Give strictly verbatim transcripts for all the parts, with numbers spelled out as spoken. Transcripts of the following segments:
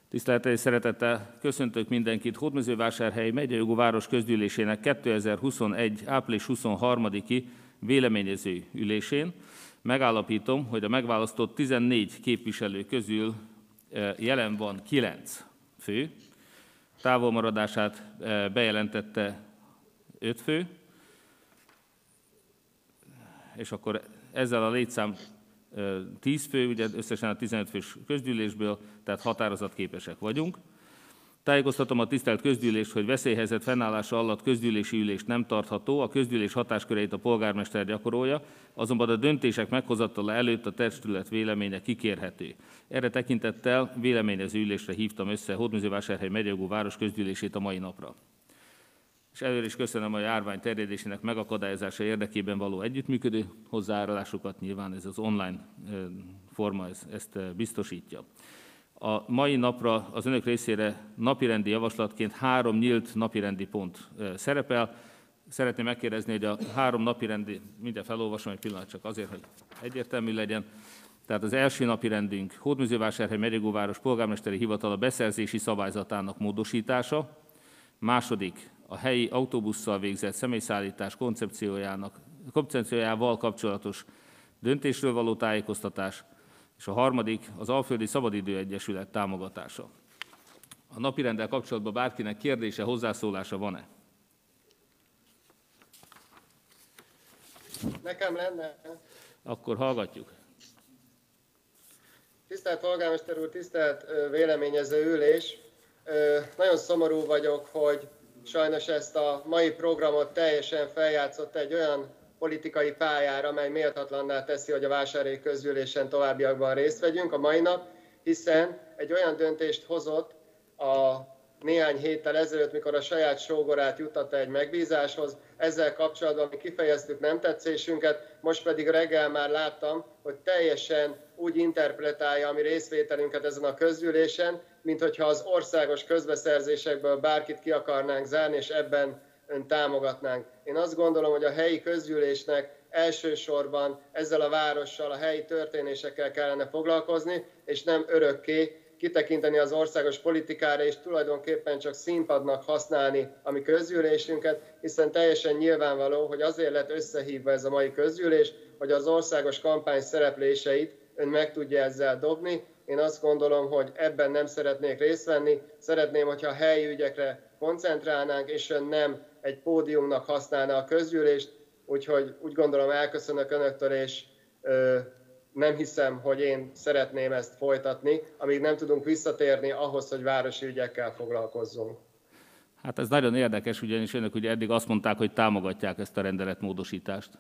Tisztelettel és szeretettel köszöntök mindenkit Hódmezővásárhely Megyejogú Város Közgyűlésének kétezer-huszonegy. április huszonharmadiki véleményező ülésén. Megállapítom, hogy a megválasztott tizennégy képviselő közül jelen van kilenc fő, távolmaradását bejelentette öt fő, és akkor ezzel a létszám tíz fő, ugye összesen a tizenöt fős közgyűlésből, tehát határozatképesek vagyunk. Tájékoztatom a tisztelt közgyűlést, hogy veszélyhelyzet fennállása alatt közgyűlési ülés nem tartható, a közgyűlés hatásköreit a polgármester gyakorolja, azonban a döntések meghozatala előtt a testület véleménye kikérhető. Erre tekintettel véleményező ülésre hívtam össze Hódmezővásárhely Megyejogú Város Közgyűlését a mai napra. És előre is köszönöm a járvány terjedésének megakadályozása érdekében való együttműködő hozzájárulásukat, nyilván ez az online forma ezt biztosítja. A mai napra az önök részére napirendi javaslatként három nyílt napirendi pont szerepel. Szeretném megkérdezni, hogy a három napirendi, mindjárt felolvasom egy pillanat csak azért, hogy egyértelmű legyen. Tehát az első napirendünk Hódmezővásárhely Megyejogú Város Polgármesteri Hivatala beszerzési szabályzatának módosítása. Második, a helyi autóbusszal végzett személyszállítás koncepciójának, koncepciójával kapcsolatos döntésről való tájékoztatás, és a harmadik, az Alföldi Szabadidő Egyesület támogatása. A napirenddel kapcsolatban bárkinek kérdése, hozzászólása van-e? Nekem lenne. Akkor hallgatjuk. Tisztelt polgármester úr, tisztelt véleményező ülés! Nagyon szomorú vagyok, hogy sajnos ezt a mai programot teljesen feljátszott egy olyan politikai pályára, amely méltatlanná teszi, hogy a vásárhelyi közgyűlésen továbbiakban részt vegyünk a mai nap, hiszen egy olyan döntést hozott a néhány héttel ezelőtt, mikor a saját sógorát juttatta egy megbízáshoz. Ezzel kapcsolatban mi kifejeztük nem tetszésünket, most pedig reggel már láttam, hogy teljesen úgy interpretálja a mi részvételünket ezen a közgyűlésen, mint hogyha az országos közbeszerzésekből bárkit ki akarnánk zárni, és ebben ön támogatnánk. Én azt gondolom, hogy a helyi közgyűlésnek elsősorban ezzel a várossal, a helyi történésekkel kellene foglalkozni, és nem örökké kitekinteni az országos politikára, és tulajdonképpen csak színpadnak használni a mi közgyűlésünket, hiszen teljesen nyilvánvaló, hogy azért lett összehívva ez a mai közgyűlés, hogy az országos kampány szerepléseit ön meg tudja ezzel dobni. Én azt gondolom, hogy ebben nem szeretnék részt venni. Szeretném, hogyha a helyi ügyekre koncentrálnánk, és ön nem egy pódiumnak használna a közgyűlést. Úgyhogy úgy gondolom, elköszönök önöktől, és ö, nem hiszem, hogy én szeretném ezt folytatni, amíg nem tudunk visszatérni ahhoz, hogy városi ügyekkel foglalkozzunk. Hát ez nagyon érdekes, ugyanis önök ugye eddig azt mondták, hogy támogatják ezt a rendeletmódosítást.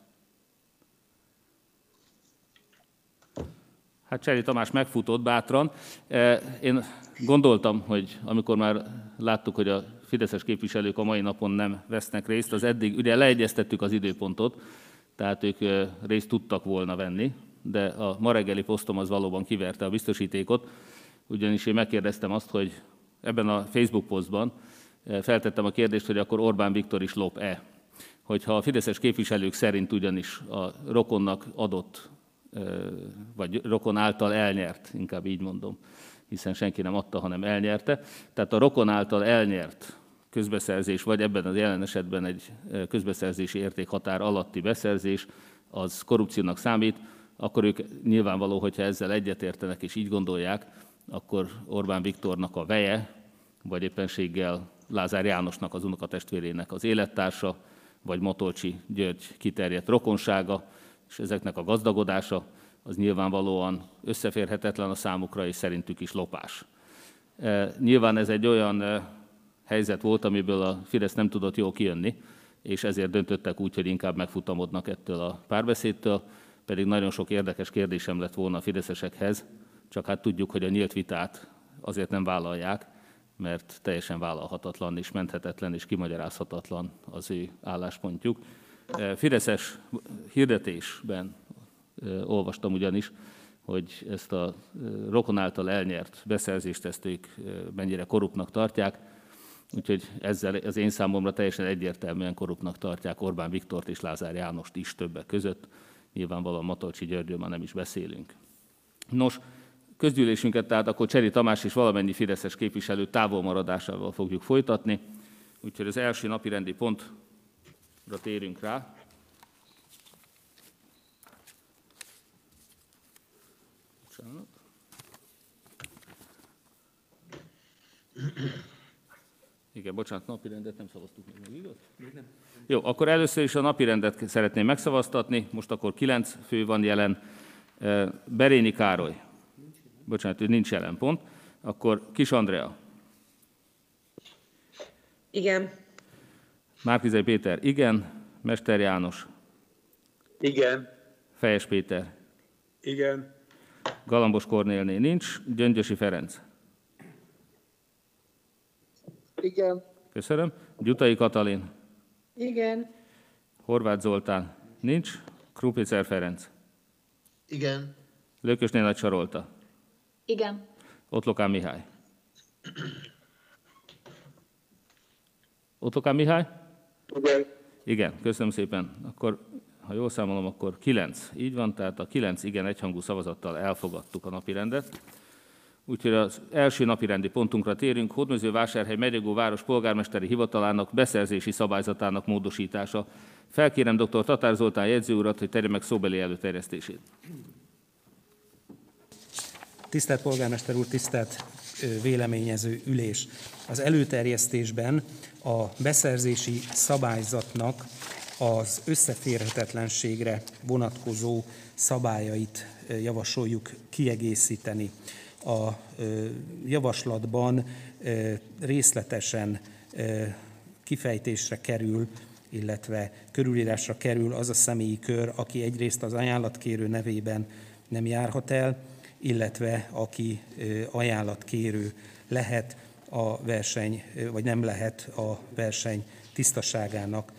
Hát Cseri Tamás megfutott bátran. Én gondoltam, hogy amikor már láttuk, hogy a fideszes képviselők a mai napon nem vesznek részt, az eddig, ugye leegyeztettük az időpontot, tehát ők részt tudtak volna venni, de a ma reggeli posztom az valóban kiverte a biztosítékot, ugyanis én megkérdeztem azt, hogy ebben a Facebook posztban feltettem a kérdést, hogy akkor Orbán Viktor is lop-e. Hogyha a fideszes képviselők szerint ugyanis a rokonnak adott, vagy rokon által elnyert, inkább így mondom, hiszen senki nem adta, hanem elnyerte. Tehát a rokon által elnyert közbeszerzés, vagy ebben az jelen esetben egy közbeszerzési értékhatár alatti beszerzés, az korrupciónak számít, akkor ők nyilvánvaló, hogyha ezzel egyetértenek és így gondolják, akkor Orbán Viktornak a veje, vagy éppenséggel Lázár Jánosnak, az unokatestvérének az élettársa, vagy Matolcsy György kiterjedt rokonsága, és ezeknek a gazdagodása, az nyilvánvalóan összeférhetetlen a számukra, és szerintük is lopás. Nyilván ez egy olyan helyzet volt, amiből a Fidesz nem tudott jól kijönni, és ezért döntöttek úgy, hogy inkább megfutamodnak ettől a párbeszédtől, pedig nagyon sok érdekes kérdésem lett volna a fideszesekhez, csak hát tudjuk, hogy a nyílt vitát azért nem vállalják, mert teljesen vállalhatatlan és menthetetlen és kimagyarázhatatlan az ő álláspontjuk. Fideszes hirdetésben olvastam ugyanis, hogy ezt a rokon által elnyert beszerzést ezt ők mennyire korruptnak tartják, úgyhogy ezzel az én számomra teljesen egyértelműen korruptnak tartják Orbán Viktort és Lázár Jánost is többek között. Nyilvánvalóan Matolcsy Györgyről már nem is beszélünk. Nos, közgyűlésünket tehát akkor Cseri Tamás és valamennyi fideszes képviselő távolmaradásával fogjuk folytatni. Úgyhogy az első napirendi pontra térünk rá. Bocsánat. Igen, bocsánat, napirendet nem szavaztuk még, igaz? Még nem. Jó, akkor először is a napirendet szeretném megszavaztatni. Most akkor kilenc fő van jelen. Berényi Károly. Bocsánat, ő nincs jelen, pont. Akkor Kis Andrea. Igen. Márki-Zay Péter, igen. Mester János. Igen. Fejes Péter. Igen. Galambos Kornélné nincs. Gyöngyösi Ferenc. Igen. Köszönöm. Gyutai Katalin. Igen. Horváth Zoltán nincs. Krumpicer Ferenc. Igen. Lökösné Nagy Sarolta. Igen. Ottokán Mihály. Ottokán Mihály? Igen. Igen, köszönöm szépen. Akkor, ha jól számolom, akkor kilenc. Így van, tehát a kilenc igen egyhangú szavazattal elfogadtuk a napirendet. Úgyhogy az első napirendi pontunkra térünk. Hódmezővásárhely megyegó város polgármesteri hivatalának beszerzési szabályzatának módosítása. Felkérem dr. Tatár Zoltán jegyző urat, hogy tegye meg szóbeli előterjesztését. Tisztelt polgármester úr, tisztelt véleményező ülés! Az előterjesztésben a beszerzési szabályzatnak az összeférhetetlenségre vonatkozó szabályait javasoljuk kiegészíteni. A javaslatban részletesen kifejtésre kerül, illetve körülírásra kerül az a személyi kör, aki egyrészt az ajánlatkérő nevében nem járhat el, illetve aki ajánlatkérő lehet a verseny, vagy nem lehet a verseny tisztaságának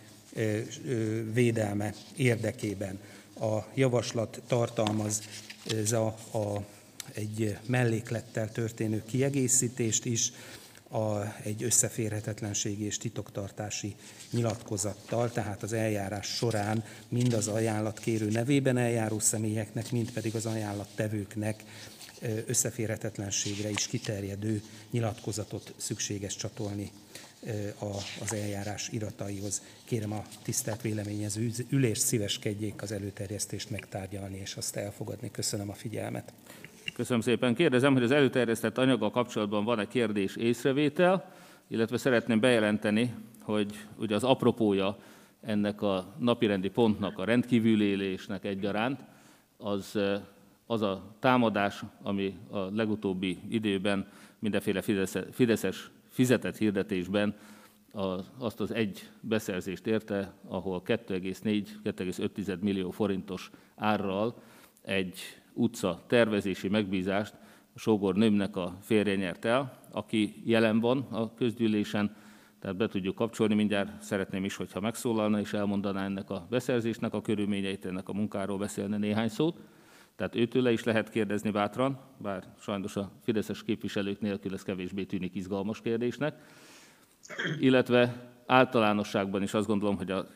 védelme érdekében. A javaslat tartalmaz ez a, a, egy melléklettel történő kiegészítést is, a, egy összeférhetetlenségi és titoktartási nyilatkozattal, tehát az eljárás során mind az ajánlatkérő nevében eljáró személyeknek, mind pedig az ajánlattevőknek összeférhetetlenségre is kiterjedő nyilatkozatot szükséges csatolni az eljárás irataihoz. Kérem a tisztelt véleményező ülést, szíveskedjék az előterjesztést megtárgyalni és azt elfogadni. Köszönöm a figyelmet. Köszönöm szépen. Kérdezem, hogy az előterjesztett anyaggal kapcsolatban van-e kérdés, észrevétel, illetve szeretném bejelenteni, hogy ugye az apropója ennek a napirendi pontnak, a rendkívülélésnek egyaránt, az, az a támadás, ami a legutóbbi időben mindenféle fideszes fizetett hirdetésben az, azt az egy beszerzést érte, ahol kettő egész négy - kettő egész öt millió forintos árral egy utca tervezési megbízást a sógornőmnek a férje nyert el, aki jelen van a közgyűlésen, tehát be tudjuk kapcsolni. Mindjárt szeretném is, hogyha megszólalna és elmondaná ennek a beszerzésnek a körülményeit, ennek a munkáról beszélne néhány szót. Tehát őtőle is lehet kérdezni bátran, bár sajnos a fideszes képviselők nélkül ez kevésbé tűnik izgalmas kérdésnek. Illetve általánosságban is azt gondolom, hogy a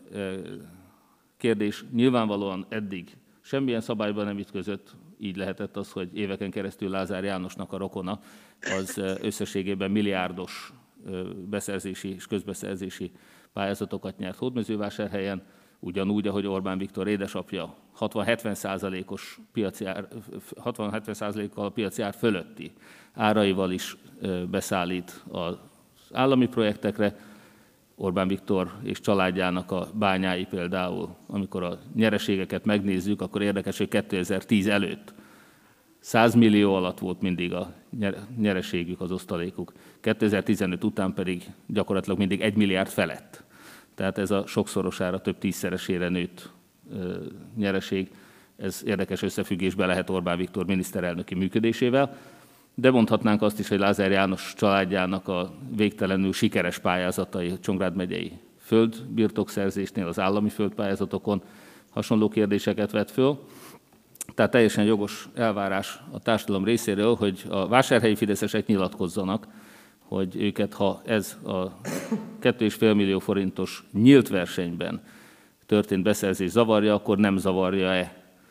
kérdés nyilvánvalóan eddig semmilyen szabályban nem ütközött, így lehetett az, hogy éveken keresztül Lázár Jánosnak a rokona az összességében milliárdos beszerzési és közbeszerzési pályázatokat nyert Hódmezővásárhelyen, ugyanúgy, ahogy Orbán Viktor édesapja hatvan-hetven százalékos piaci ár, hatvan-hetven százalékkal a piaci ár fölötti áraival is beszállít az állami projektekre. Orbán Viktor és családjának a bányái például, amikor a nyereségeket megnézzük, akkor érdekes, hogy kétezer-tíz előtt száz millió alatt volt mindig a nyereségük, az osztalékuk. kétezer-tizenöt után pedig gyakorlatilag mindig egy milliárd felett. Tehát ez a sokszorosára, több tízszeresére nőtt nyereség. Ez érdekes összefüggésbe lehet Orbán Viktor miniszterelnöki működésével. De mondhatnánk azt is, hogy Lázár János családjának a végtelenül sikeres pályázatai Csongrád megyei földbirtokszerzésnél, az állami földpályázatokon hasonló kérdéseket vet föl. Tehát teljesen jogos elvárás a társadalom részéről, hogy a vásárhelyi fideszesek nyilatkozzanak, hogy őket, ha ez a két egész öt millió forintos nyílt versenyben történt beszerzés zavarja, akkor nem zavarja-e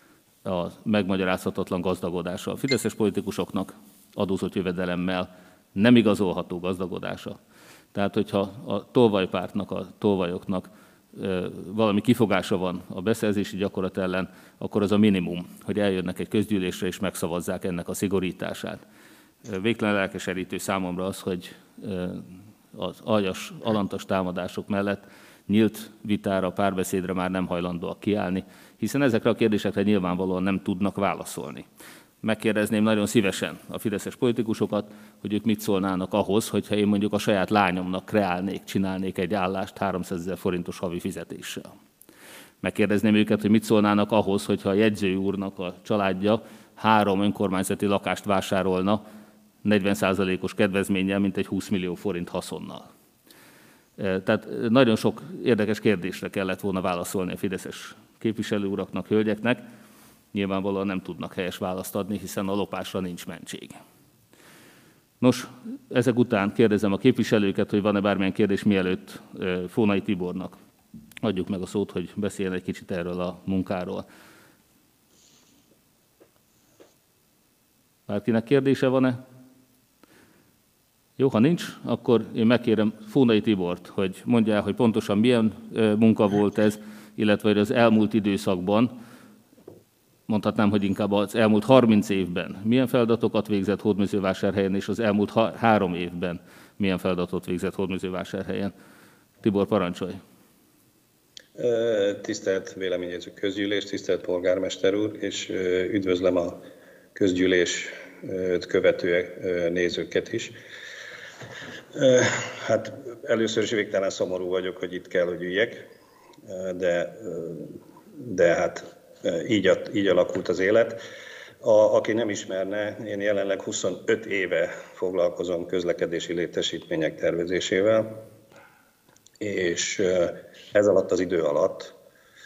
a megmagyarázhatatlan gazdagodása. A fideszes politikusoknak adózott jövedelemmel nem igazolható gazdagodása. Tehát, hogyha a tolvajpártnak, a tolvajoknak valami kifogása van a beszerzési gyakorlat ellen, akkor az a minimum, hogy eljönnek egy közgyűlésre és megszavazzák ennek a szigorítását. Végtelen lelkeserítő számomra az, hogy az aljas, alantas támadások mellett nyílt vitára, párbeszédre már nem hajlandóak kiállni, hiszen ezekre a kérdésekre nyilvánvalóan nem tudnak válaszolni. Megkérdezném nagyon szívesen a fideszes politikusokat, hogy ők mit szólnának ahhoz, hogyha én mondjuk a saját lányomnak kreálnék, csinálnék egy állást háromszázezer forintos havi fizetéssel. Megkérdezném őket, hogy mit szólnának ahhoz, hogyha a jegyző úrnak a családja három önkormányzati lakást vásárolna negyven százalékos kedvezménnyel, mint egy húsz millió forint haszonnal. Tehát nagyon sok érdekes kérdésre kellett volna válaszolni a fideszes képviselő uraknak, hölgyeknek. Nyilvánvalóan nem tudnak helyes választ adni, hiszen a lopásra nincs mentség. Nos, ezek után kérdezem a képviselőket, hogy van-e bármilyen kérdés, mielőtt Fónai Tibornak adjuk meg a szót, hogy beszéljen egy kicsit erről a munkáról. Bárkinek kérdése van-e? Jó, ha nincs, akkor én megkérem Fónai Tibort, hogy mondja el, hogy pontosan milyen munka volt ez, illetve hogy az elmúlt időszakban, mondhatnám, hogy inkább az elmúlt harminc évben milyen feladatokat végzett Hódmezővásárhelyen, és az elmúlt ha- három évben milyen feladatot végzett Hódmezővásárhelyen. Tibor, parancsolj! Tisztelt véleményező közgyűlés, tisztelt polgármester úr, és üdvözlöm a közgyűlés követő nézőket is. Hát először is végtelen szomorú vagyok, hogy itt kell, hogy üljek, de, de hát így, így alakult az élet. A, aki nem ismerne, én jelenleg huszonöt éve foglalkozom közlekedési létesítmények tervezésével, és ez alatt az idő alatt,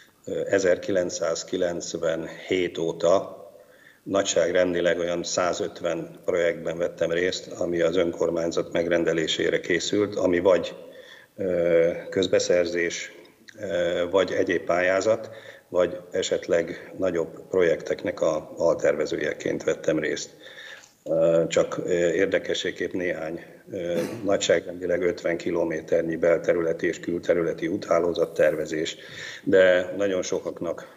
ezerkilencszázkilencvenhét óta nagyságrendileg olyan százötven projektben vettem részt, ami az önkormányzat megrendelésére készült, ami vagy közbeszerzés, vagy egyéb pályázat, vagy esetleg nagyobb projekteknek a altervezőjeként vettem részt. Csak érdekességképp néhány nagyságrendileg ötven kilométernyi belterületi és külterületi úthálózat tervezés, de nagyon sokaknak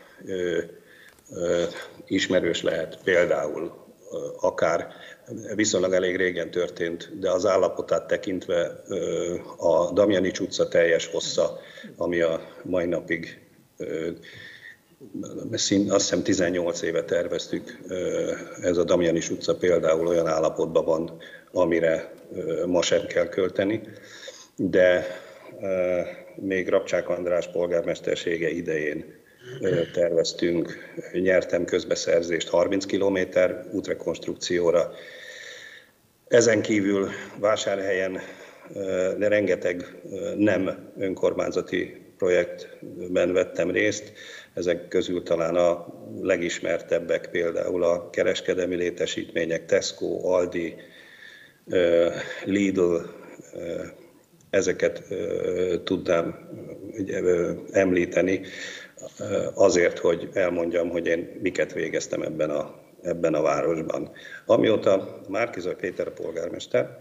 ismerős lehet például akár viszonylag elég régen történt, de az állapotát tekintve a Damjanics utca teljes hossza, ami a mai napig azt hiszem tizennyolc éve terveztük, ez a Damjanics utca például olyan állapotban van, amire ma sem kell költeni, de még Rabcsák András polgármestersége idején terveztünk, nyertem közbeszerzést harminc kilométer útrekonstrukcióra. Ezen kívül Vásárhelyen de rengeteg nem önkormányzati projektben vettem részt. Ezek közül talán a legismertebbek például a kereskedelmi létesítmények, Tesco, Aldi, Lidl, ezeket tudnám említeni azért, hogy elmondjam, hogy én miket végeztem ebben a, ebben a városban. Amióta Márki-Zay Péter a polgármester,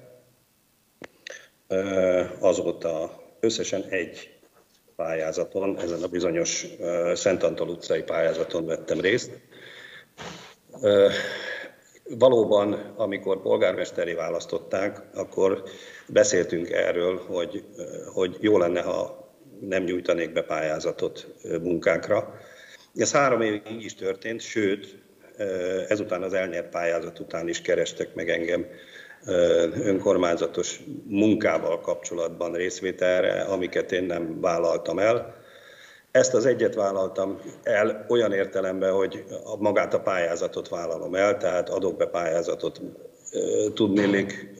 azóta összesen egy pályázaton, ezen a bizonyos Szent Antal utcai pályázaton vettem részt. Valóban, amikor polgármesteri választották, akkor beszéltünk erről, hogy, hogy jó lenne, ha nem nyújtanék be pályázatot munkákra. Ez három évig így is történt, sőt, ezután az elnyert pályázat után is kerestek meg engem önkormányzatos munkával kapcsolatban részvételre, amiket én nem vállaltam el. Ezt az egyet vállaltam el olyan értelemben, hogy magát a pályázatot vállalom el, tehát adok be pályázatot. Tudnélik,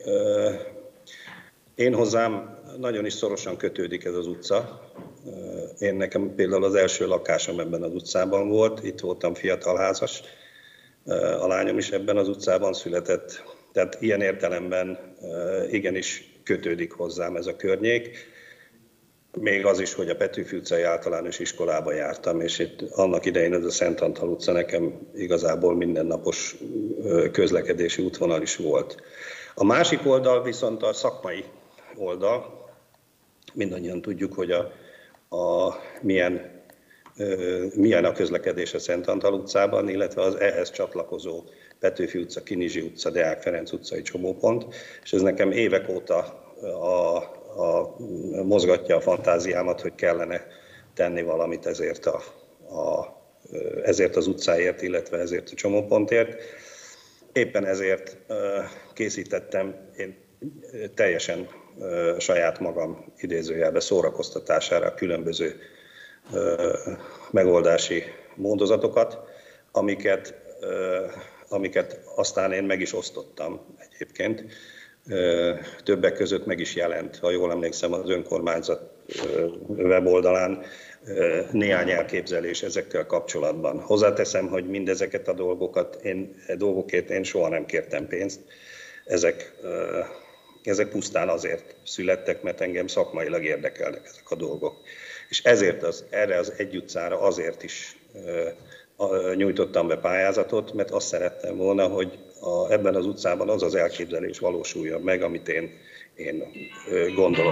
én hozzám nagyon is szorosan kötődik ez az utca. Én nekem például az első lakásom ebben az utcában volt, itt voltam fiatalházas, a lányom is ebben az utcában született, tehát ilyen értelemben igenis kötődik hozzám ez a környék. még az is, hogy a Petőfi utcai általános iskolába jártam, és itt annak idején ez a Szent Antal utca nekem igazából mindennapos közlekedési útvonal is volt. A másik oldal viszont a szakmai oldal. Mindannyian tudjuk, hogy a, a, milyen, ö, milyen a közlekedés a Szent Antal utcában, illetve az ehhez csatlakozó Petőfi utca, Kinizsi utca, Deák Ferenc utcai csomópont, és ez nekem évek óta a, a, mozgatja a fantáziámat, hogy kellene tenni valamit ezért, a, a, ezért az utcáért, illetve ezért a csomópontért. Éppen ezért készítettem én teljesen saját magam idézőjelbe szórakoztatására különböző megoldási módozatokat, amiket, amiket aztán én meg is osztottam egyébként. Többek között meg is jelent, ha jól emlékszem, az önkormányzat weboldalán néhány elképzelés ezekkel kapcsolatban. Hozzáteszem, hogy mindezeket a dolgokat, én, dolgokért én soha nem kértem pénzt. Ezek, ezek pusztán azért születtek, mert engem szakmailag érdekelnek ezek a dolgok. És ezért az, erre az egy utcára azért is nyújtottam be pályázatot, mert azt szerettem volna, hogy a, ebben az utcában az az elképzelés valósuljon meg, amit én, én gondolok.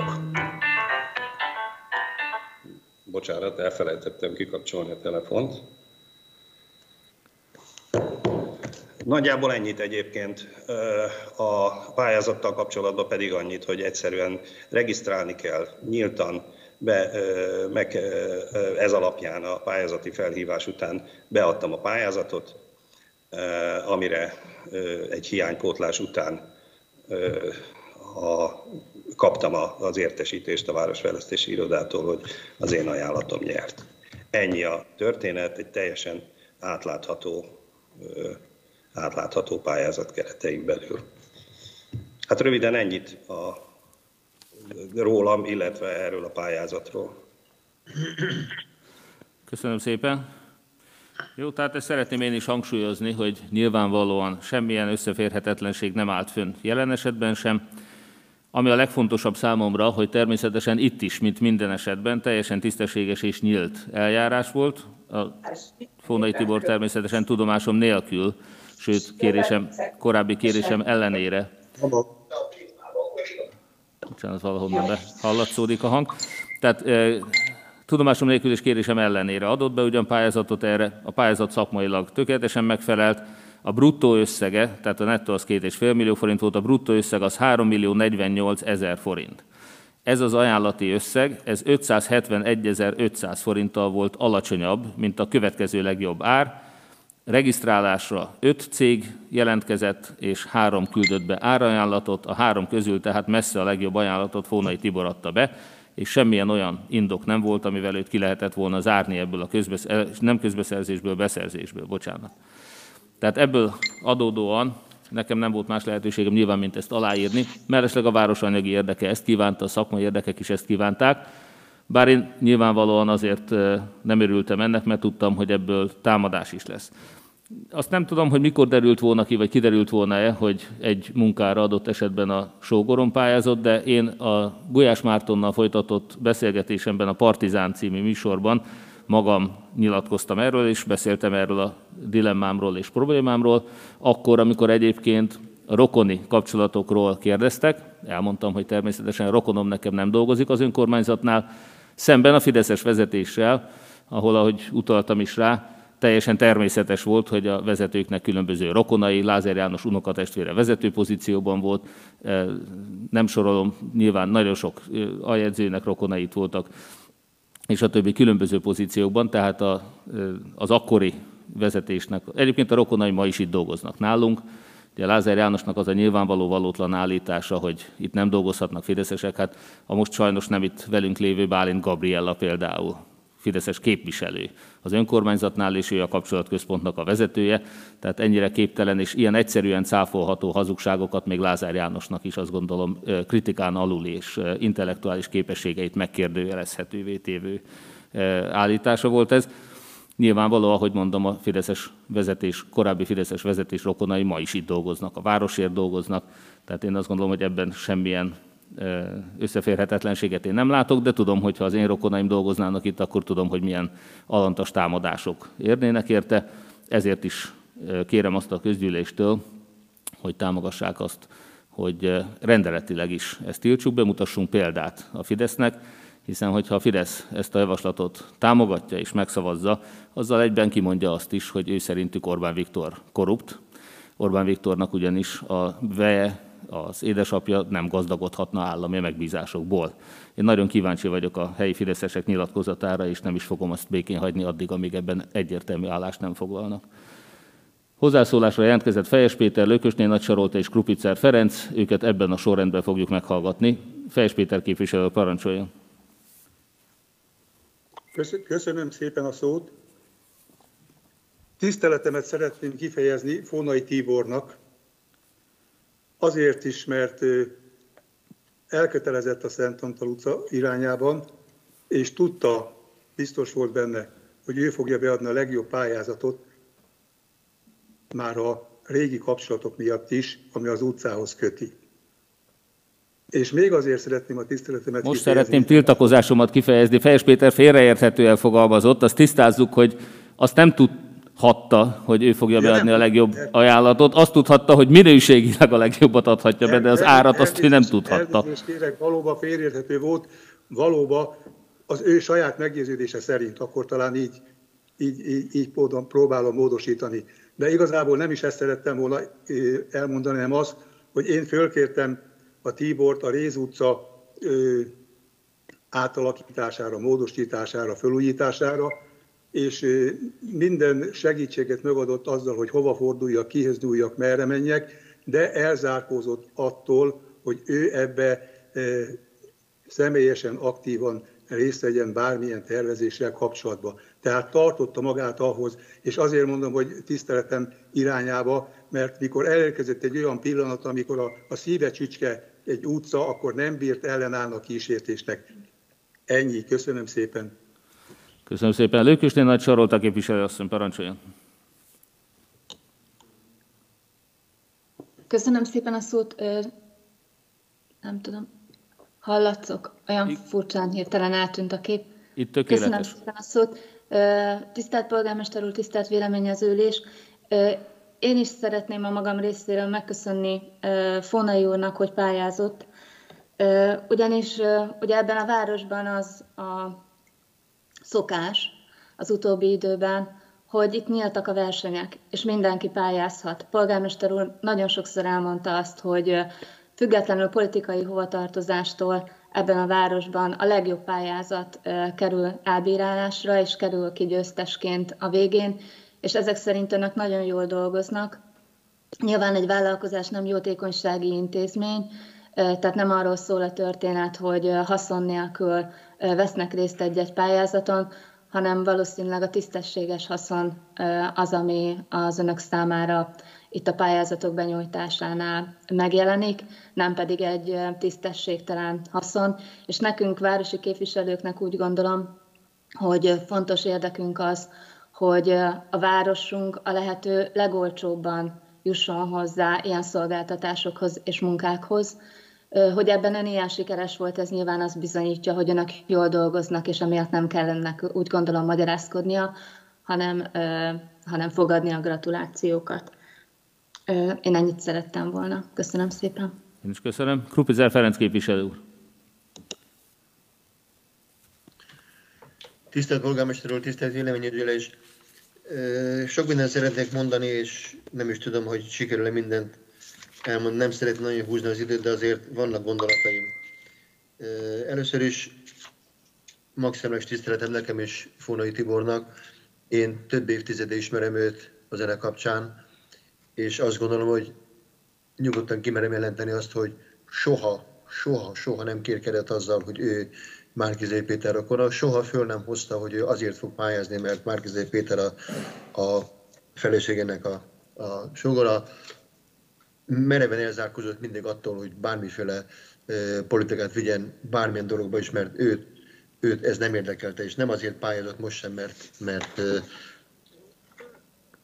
Bocsánat, elfelejtettem kikapcsolni a telefont. Nagyjából ennyit egyébként, a pályázattal kapcsolatban pedig annyit, hogy egyszerűen regisztrálni kell nyíltan, be, meg ez alapján a pályázati felhívás után beadtam a pályázatot, amire egy hiánypótlás után a, kaptam az értesítést a Városfejlesztési Irodától, hogy az én ajánlatom nyert. Ennyi a történet, egy teljesen átlátható, átlátható pályázat keretein belül. Hát röviden ennyit a rólam, illetve erről a pályázatról. Köszönöm szépen. Jó, tehát ezt szeretném én is hangsúlyozni, hogy nyilvánvalóan semmilyen összeférhetetlenség nem állt fönn jelen esetben sem. Ami a legfontosabb számomra, hogy természetesen itt is, mint minden esetben, teljesen tisztességes és nyílt eljárás volt. A Fónai Tibor természetesen tudomásom nélkül, sőt kérésem, korábbi kérésem ellenére. Bocsánat, valahonnan be hallatszódik a hang. Tehát e, tudomásom nélkül és kérésem ellenére adott be ugyan pályázatot erre, a pályázat szakmailag tökéletesen megfelelt, a bruttó összege, tehát a nettó az két egész öt millió forint volt, a bruttó összeg az három millió negyvennyolc ezer forint. Ez az ajánlati összeg, ez ötszázhetvenegyezer-ötszáz forinttal volt alacsonyabb, mint a következő legjobb ár. Regisztrálásra öt cég jelentkezett, és három küldött be árajánlatot, a három közül tehát messze a legjobb ajánlatot Fónai Tibor adta be, és semmilyen olyan indok nem volt, amivel őt ki lehetett volna zárni ebből a közbeszer... nem közbeszerzésből, beszerzésből, bocsánat. Tehát ebből adódóan nekem nem volt más lehetőségem nyilván, mint ezt aláírni. Mellesleg a város anyagi érdeke ezt kívánta, a szakmai érdekek is ezt kívánták. Bár én nyilvánvalóan azért nem örültem ennek, mert tudtam, hogy ebből támadás is lesz. Azt nem tudom, hogy mikor derült volna ki, vagy kiderült volna-e, hogy egy munkára adott esetben a sógorom pályázott, de én a Gulyás Mártonnal folytatott beszélgetésemben a Partizán című műsorban magam nyilatkoztam erről, és beszéltem erről a dilemmámról és problémámról. Akkor, amikor egyébként a rokoni kapcsolatokról kérdeztek, elmondtam, hogy természetesen a rokonom nekem nem dolgozik az önkormányzatnál, szemben a fideszes vezetéssel, ahol, ahogy utaltam is rá, teljesen természetes volt, hogy a vezetőknek különböző rokonai, Lázár János unokatestvére vezető pozícióban volt, nem sorolom, nyilván nagyon sok aljegyzőnek rokonait voltak, és a többi különböző pozíciókban, tehát a, az akkori vezetésnek, egyébként a rokonai ma is itt dolgoznak nálunk, ugye Lázár Jánosnak az a nyilvánvaló valótlan állítása, hogy itt nem dolgozhatnak fideszesek, hát a most sajnos nem itt velünk lévő Bálint Gabriella például, fideszes képviselő az önkormányzatnál, és ő a kapcsolatközpontnak a vezetője, tehát ennyire képtelen és ilyen egyszerűen cáfolható hazugságokat még Lázár Jánosnak is azt gondolom kritikán alul és intellektuális képességeit megkérdőjelezhetővé tévő állítása volt ez. Nyilvánvaló, ahogy mondom, a fideszes vezetés, korábbi fideszes vezetés rokonai ma is itt dolgoznak, a városért dolgoznak, tehát én azt gondolom, hogy ebben semmilyen összeférhetetlenséget én nem látok, de tudom, hogy ha az én rokonaim dolgoznának itt, akkor tudom, hogy milyen alantas támadások érnének érte. Ezért is kérem azt a közgyűléstől, hogy támogassák azt, hogy rendeletileg is ezt tiltsuk be, mutassunk példát a Fidesznek, hiszen hogyha a Fidesz ezt a javaslatot támogatja és megszavazza, azzal egyben kimondja azt is, hogy ő szerintük Orbán Viktor korrupt. Orbán Viktornak ugyanis a veje, az édesapja nem gazdagodhatna állami megbízásokból. Én nagyon kíváncsi vagyok a helyi fideszesek nyilatkozatára, és nem is fogom azt békén hagyni addig, amíg ebben egyértelmű állást nem foglalnak. Hozzászólásra jelentkezett Fejes Péter, Lökösné Nagy Sarolta és Krupiczer Ferenc, őket ebben a sorrendben fogjuk meghallgatni. Fejes Péter képviselő, parancsoljon. Köszönöm szépen a szót. Tiszteletemet szeretném kifejezni Fónai Tibornak, azért is, mert elkötelezett a Szent Antal utca irányában, és tudta, biztos volt benne, hogy ő fogja beadni a legjobb pályázatot, már a régi kapcsolatok miatt is, ami az utcához köti. És még azért szeretném a tiszteletemet Most kifejezni. szeretném tiltakozásomat kifejezni. Fejes Péter félreérthetően fogalmazott, azt tisztázzuk, hogy azt nem tudhatta, hogy ő fogja Ja, beadni nem, a legjobb nem. ajánlatot. Azt tudhatta, hogy minőségileg a legjobbat adhatja be, de az árat azt ő nem tudhatta. Elnézést kérek, valóban félreérthető volt, valóban az ő saját meggyőződése szerint, akkor talán így, így, így, így próbálom módosítani. De igazából nem is ezt szerettem volna elmondani, hanem azt, hogy én fölkértem a Tibort a Réz utca ö, átalakítására, módosítására, felújítására, és ö, minden segítséget megadott azzal, hogy hova forduljak, kihez nyúljak, merre menjek, de elzárkózott attól, hogy ő ebbe ö, személyesen, aktívan részt vegyen bármilyen tervezéssel kapcsolatban. Tehát tartotta magát ahhoz, és azért mondom, hogy tiszteletem irányába, mert mikor elérkezett egy olyan pillanat, amikor a, a szíve csücske egy utca, akkor nem bírt ellenállni a kísértésnek. Ennyi. Köszönöm szépen. Köszönöm szépen. Lökösné Nagy Sarolta képviselő asszony, parancsoljon. Köszönöm szépen a szót. Ö, nem tudom. Hallatszok? Olyan furcsán hirtelen eltűnt a kép. Itt tökéletes. Köszönöm szépen a szót. Tisztelt polgármester úr, tisztelt véleményezőlés. Én is szeretném a magam részéről megköszönni Fónai úrnak, hogy pályázott. Ugyanis ugye ebben a városban az a szokás az utóbbi időben, hogy itt nyíltak a versenyek, és mindenki pályázhat. Polgármester úr nagyon sokszor elmondta azt, hogy függetlenül politikai hovatartozástól ebben a városban a legjobb pályázat kerül elbírálásra, és kerül ki győztesként a végén, és ezek szerint önök nagyon jól dolgoznak. Nyilván egy vállalkozás nem jótékonysági intézmény, tehát nem arról szól a történet, hogy haszon nélkül vesznek részt egy-egy pályázaton, hanem valószínűleg a tisztességes haszon az, ami az önök számára itt a pályázatok benyújtásánál megjelenik, nem pedig egy tisztességtelen haszon. És nekünk, városi képviselőknek úgy gondolom, hogy fontos érdekünk az, hogy a városunk a lehető legolcsóbban jusson hozzá ilyen szolgáltatásokhoz és munkákhoz. Hogy ebben ön ilyen sikeres volt, ez nyilván azt bizonyítja, hogy önök jól dolgoznak, és emiatt nem kell önnek, úgy gondolom, magyarázkodnia, hanem, hanem fogadni a gratulációkat. Én ennyit szerettem volna. Köszönöm szépen. Én is köszönöm. Krupiczer Ferenc képviselő úr. Tisztelt polgármester úr, tisztelt véleményezőlés. Sok mindent szeretnék mondani, és nem is tudom, hogy sikerül-e mindent elmondani. Nem szeretném nagyon húzni az időt, de azért vannak gondolataim. Először is maximális tiszteletem nekem és Fónai Tibornak. Én több évtizede ismerem őt a zene kapcsán, és azt gondolom, hogy nyugodtan kimerem jelenteni azt, hogy soha, soha, soha nem kérkedett azzal, hogy ő Márki-Zay Péter rokona, soha föl nem hozta, hogy ő azért fog pályázni, mert Márki-Zay Péter a, a feleségének a, a sógora. Mereven elzárkózott mindig attól, hogy bármiféle e, politikát vigyen bármilyen dologba is, mert őt, őt ez nem érdekelte, és nem azért pályázott most sem, mert, mert e,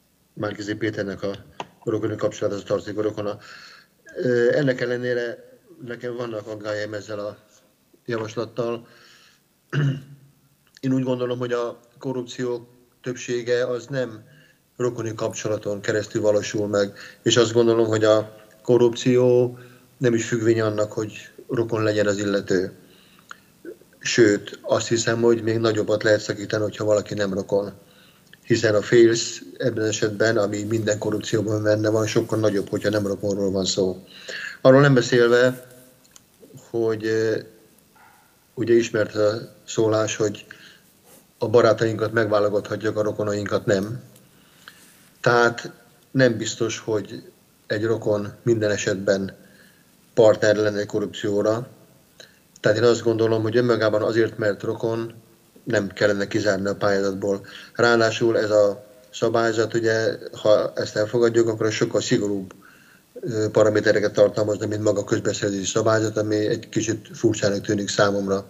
Márki-Zay Péternek a rokoni kapcsolat, az a tartozik a rokona. E, ennek ellenére nekem vannak aggályaim ezzel a javaslattal. Én úgy gondolom, hogy a korrupció többsége az nem rokoni kapcsolaton keresztül valósul meg, és azt gondolom, hogy a korrupció nem is függvény annak, hogy rokon legyen az illető. Sőt, azt hiszem, hogy még nagyobbat lehet szakítani, hogyha valaki nem rokon. Hiszen a félsz ebben esetben, ami minden korrupcióban benne van, sokkal nagyobb, hogyha nem rokonról van szó. Arról nem beszélve, hogy ugye ismert a szólás, hogy a barátainkat megválogathatjuk, a rokonainkat nem. Tehát nem biztos, hogy egy rokon minden esetben partner lenne korrupcióra. Tehát én azt gondolom, hogy önmagában azért, mert rokon, nem kellene kizárni a pályázatból. Ráadásul ez a szabályzat, ugye, ha ezt elfogadjuk, akkor sokkal szigorúbb paramétereket tartalmazna, mint maga a közbeszerzési szabályzat, ami egy kicsit furcsának tűnik számomra.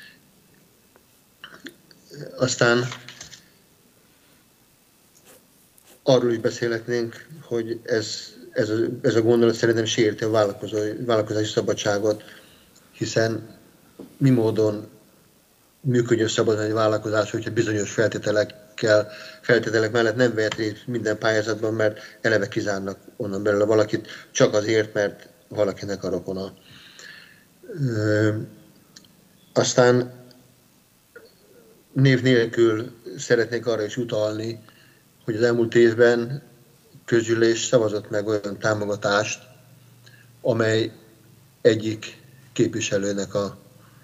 Aztán arról is beszélhetnénk, hogy ez, ez, a, ez a gondolat szerintem sérti a vállalkozási szabadságot, hiszen mi módon működjön szabadon egy vállalkozás, hogyha bizonyos feltételekkel, feltételek mellett nem vehet részt minden pályázatban, mert eleve kizárnak onnan belőle valakit, csak azért, mert valakinek a rokona. Ö, aztán név nélkül szeretnék arra is utalni, hogy az elmúlt évben közgyűlés szavazott meg olyan támogatást, amely egyik képviselőnek a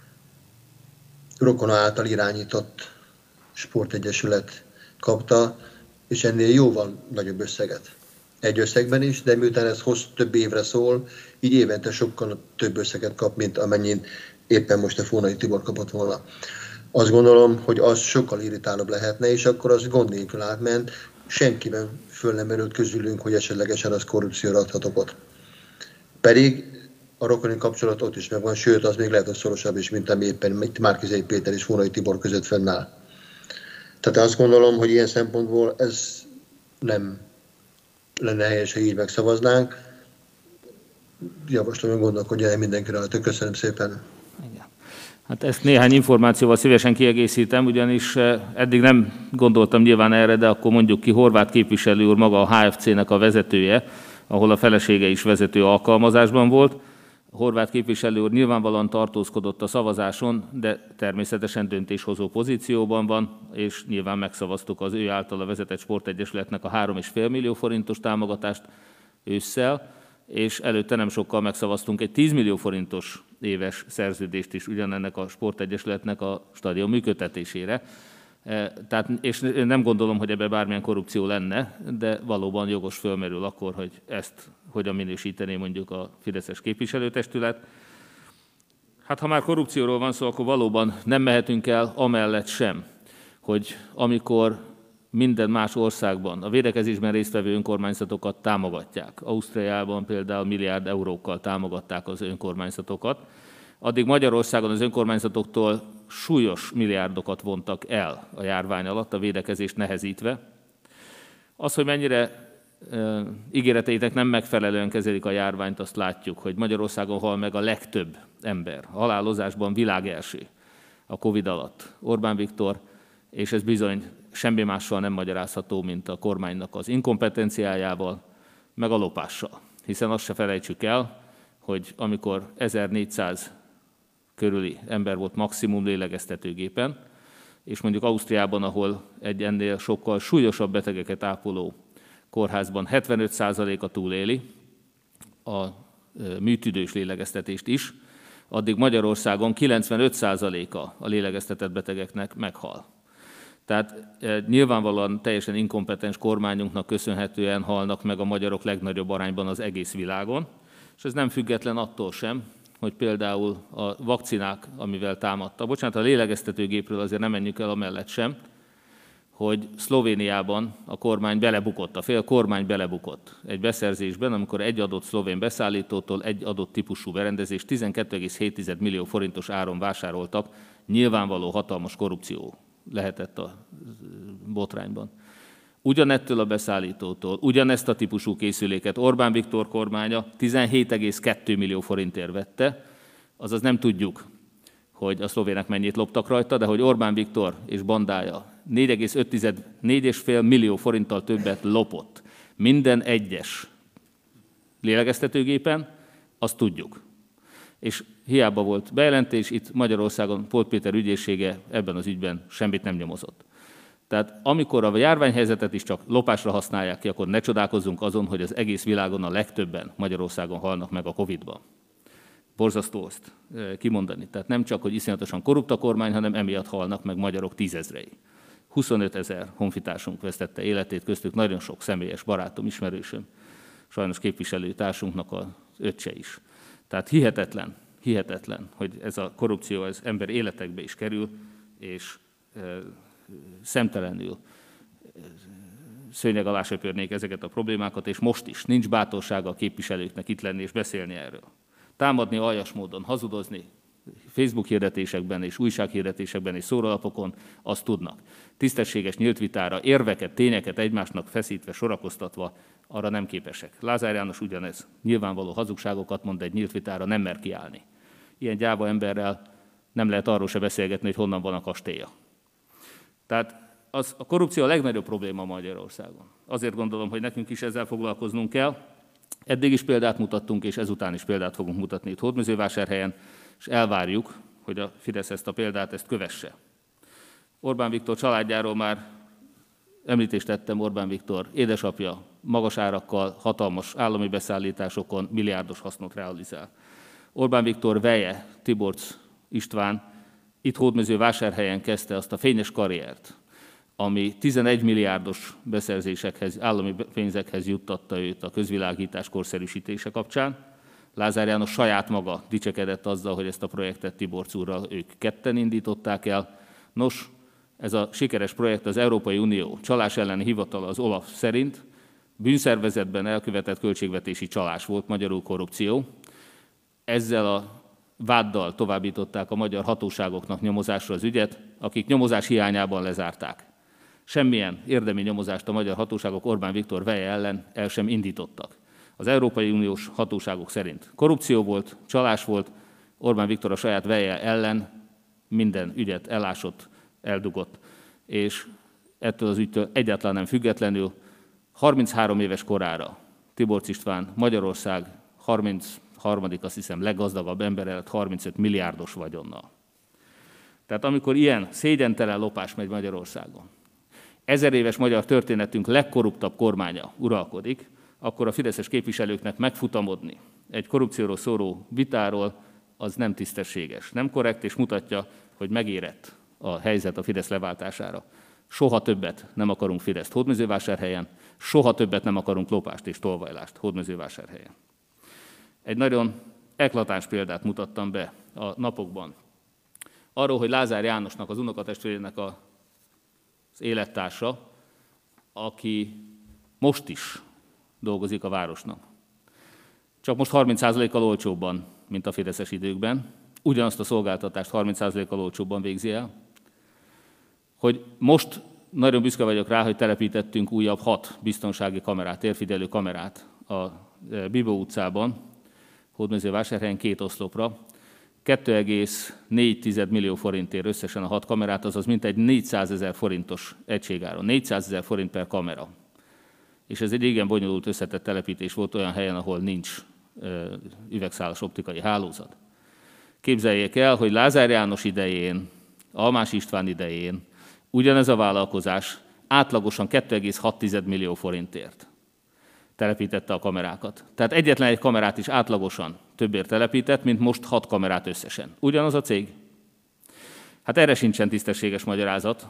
rokona által irányított sportegyesület kapta, és ennél jóval nagyobb összeget. Egy összegben is, de miután ez hossz több évre szól, így évente sokkal több összeget kap, mint amennyit éppen most a Fónai Tibor kapott volna. Azt gondolom, hogy az sokkal irritálóbb lehetne, és akkor az gond nélkül átment, senkiben föl nem merült közülünk, hogy esetlegesen az korrupcióra adhat okot. Pedig a rokoni kapcsolat ott is megvan, sőt, az még lehet, hogy szorosabb is, mint ami éppen Márki-Zay Péter és Fónai Tibor között fennáll. Tehát azt gondolom, hogy ilyen szempontból ez nem lenne helyes, ha így megszavaznánk. Javaslom, hogy gondolkodjon el mindenkire, hát köszönöm szépen. Igen. Hát ezt néhány információval szívesen kiegészítem, ugyanis eddig nem gondoltam nyilván erre, de akkor mondjuk ki, Horváth képviselő úr maga a há ef cé-nek a vezetője, ahol a felesége is vezető alkalmazásban volt. Horváth képviselő úr nyilvánvalóan tartózkodott a szavazáson, de természetesen döntéshozó pozícióban van, és nyilván megszavaztuk az ő általa vezetett sportegyesületnek a három egész öt millió forintos támogatást ősszel, és előtte nem sokkal megszavaztunk egy tíz millió forintos éves szerződést is ugyanennek a sportegyesületnek a stadion működtetésére. Tehát, és nem gondolom, hogy ebben bármilyen korrupció lenne, de valóban jogos fölmerül akkor, hogy ezt hogyan minősítené mondjuk a fideszes képviselőtestület. Hát ha már korrupcióról van szó, akkor valóban nem mehetünk el amellett sem, hogy amikor minden más országban a védekezésben résztvevő önkormányzatokat támogatják, Ausztriában például milliárd eurókkal támogatták az önkormányzatokat, addig Magyarországon az önkormányzatoktól súlyos milliárdokat vontak el a járvány alatt, a védekezést nehezítve. Az, hogy mennyire e, ígéreteinek nem megfelelően kezelik a járványt, azt látjuk, hogy Magyarországon hal meg a legtöbb ember. A halálozásban világelső a Covid alatt Orbán Viktor, és ez bizony semmi mással nem magyarázható, mint a kormánynak az inkompetenciájával, meg a lopással. Hiszen azt se felejtsük el, hogy amikor ezernégyszáz körüli ember volt maximum lélegeztetőgépen, és mondjuk Ausztriában, ahol egy ennél sokkal súlyosabb betegeket ápoló kórházban hetvenöt százaléka túléli a műtüdős lélegeztetést is, addig Magyarországon kilencvenöt százaléka a lélegeztetett betegeknek meghal. Tehát nyilvánvalóan teljesen inkompetens kormányunknak köszönhetően halnak meg a magyarok legnagyobb arányban az egész világon, és ez nem független attól sem, hogy például a vakcinák, amivel támadta, bocsánat, a lélegeztetőgépről azért nem menjünk el amellett sem, hogy Szlovéniában a kormány belebukott, a fél kormány belebukott egy beszerzésben, amikor egy adott szlovén beszállítótól egy adott típusú berendezést tizenkét egész hét millió forintos áron vásároltak, nyilvánvaló hatalmas korrupció lehetett a botrányban. Ugyanettől a beszállítótól, ugyanezt a típusú készüléket Orbán Viktor kormánya tizenhét egész két millió forintért vette, azaz nem tudjuk, hogy a szlovének mennyit loptak rajta, de hogy Orbán Viktor és bandája négy egész öt négy egész öt millió forinttal többet lopott minden egyes lélegeztetőgépen, azt tudjuk. És hiába volt bejelentés, itt Magyarországon Polt Péter ügyészsége ebben az ügyben semmit nem nyomozott. Tehát amikor a járványhelyzetet is csak lopásra használják ki, akkor ne csodálkozzunk azon, hogy az egész világon a legtöbben Magyarországon halnak meg a Covid-ban. Borzasztó azt kimondani. Tehát nem csak, hogy iszonyatosan korrupt a kormány, hanem emiatt halnak meg magyarok tízezrei. huszonöt ezer honfitársunk vesztette életét, köztük nagyon sok személyes barátom, ismerősöm, sajnos képviselőtársunknak az öccse is. Tehát hihetetlen, hihetetlen, hogy ez a korrupció az ember életekbe is kerül, és e, szemtelenül e, szőnyeg alá söpörnék ezeket a problémákat, és most is nincs bátorsága a képviselőknek itt lenni és beszélni erről. Támadni aljas módon, hazudozni Facebook hirdetésekben és újsághirdetésekben és szórólapokon, azt tudnak. Tisztességes nyílt vitára, érveket, tényeket egymásnak feszítve, sorakoztatva, arra nem képesek. Lázár János ugyanez. Nyilvánvaló hazugságokat mond, egy nyílt vitára nem mer kiállni. Ilyen gyáva emberrel nem lehet arról se beszélgetni, hogy honnan van a kastélya. Tehát az, a korrupció a legnagyobb probléma Magyarországon. Azért gondolom, hogy nekünk is ezzel foglalkoznunk kell. Eddig is példát mutattunk, és ezután is példát fogunk mutatni itt Hódmezővásárhelyen, és elvárjuk, hogy a Fidesz ezt a példát ezt kövesse. Orbán Viktor családjáról már említést tettem, Orbán Viktor édesapja magas árakkal, hatalmas állami beszállításokon milliárdos hasznot realizál. Orbán Viktor veje, Tiborcs István itt Hódmezővásárhelyen kezdte azt a fényes karriert, ami tizenegy milliárdos beszerzésekhez, állami pénzekhez juttatta őt a közvilágítás korszerűsítése kapcsán. Lázár János saját maga dicsekedett azzal, hogy ezt a projektet Tiborcs úrral ők ketten indították el. Nos, ez a sikeres projekt az Európai Unió csalás elleni hivatala, az OLAF szerint bűnszervezetben elkövetett költségvetési csalás volt, magyarul korrupció. Ezzel a váddal továbbították a magyar hatóságoknak nyomozásra az ügyet, akik nyomozás hiányában lezárták. Semmilyen érdemi nyomozást a magyar hatóságok Orbán Viktor veje ellen el sem indítottak. Az Európai Uniós hatóságok szerint korrupció volt, csalás volt, Orbán Viktor a saját veje ellen minden ügyet elásott, eldugott, és ettől az ügytől egyáltalán nem függetlenül harminchárom éves korára Tiborcs István Magyarország harmincharmadik azt hiszem leggazdagabb embere lett harmincöt milliárdos vagyonnal. Tehát amikor ilyen szégyentelen lopás megy Magyarországon, ezer éves magyar történetünk legkorruptabb kormánya uralkodik, akkor a fideszes képviselőknek megfutamodni egy korrupcióról szóló vitáról, az nem tisztességes, nem korrekt, és mutatja, hogy megérett a helyzet a Fidesz leváltására. Soha többet nem akarunk Fideszt Hódmezővásárhelyen, soha többet nem akarunk lopást és tolvajlást Hódmezővásárhelyen. Egy nagyon eklatáns példát mutattam be a napokban. Arról, hogy Lázár Jánosnak, az unokatestvérének az élettársa, aki most is dolgozik a városnak. Csak most harminc százalékkal olcsóbban, mint a fideszes időkben. Ugyanazt a szolgáltatást harminc százalékkal olcsóbban végzi el. Hogy most nagyon büszke vagyok rá, hogy telepítettünk újabb hat biztonsági kamerát, térfigyelő kamerát a Bibó utcában, Hódmezővásárhelyen két oszlopra. két egész négy millió forintért összesen a hat kamerát, azaz mintegy négyszázezer forintos egységáron. négyszázezer forint per kamera. És ez egy igen bonyolult összetett telepítés volt olyan helyen, ahol nincs üvegszálas optikai hálózat. Képzeljék el, hogy Lázár János idején, Almás István idején ugyanez a vállalkozás átlagosan két egész hat millió forintért telepítette a kamerákat. Tehát egyetlen egy kamerát is átlagosan többért telepített, mint most hat kamerát összesen. Ugyanaz a cég? Hát erre sincsen tisztességes magyarázat.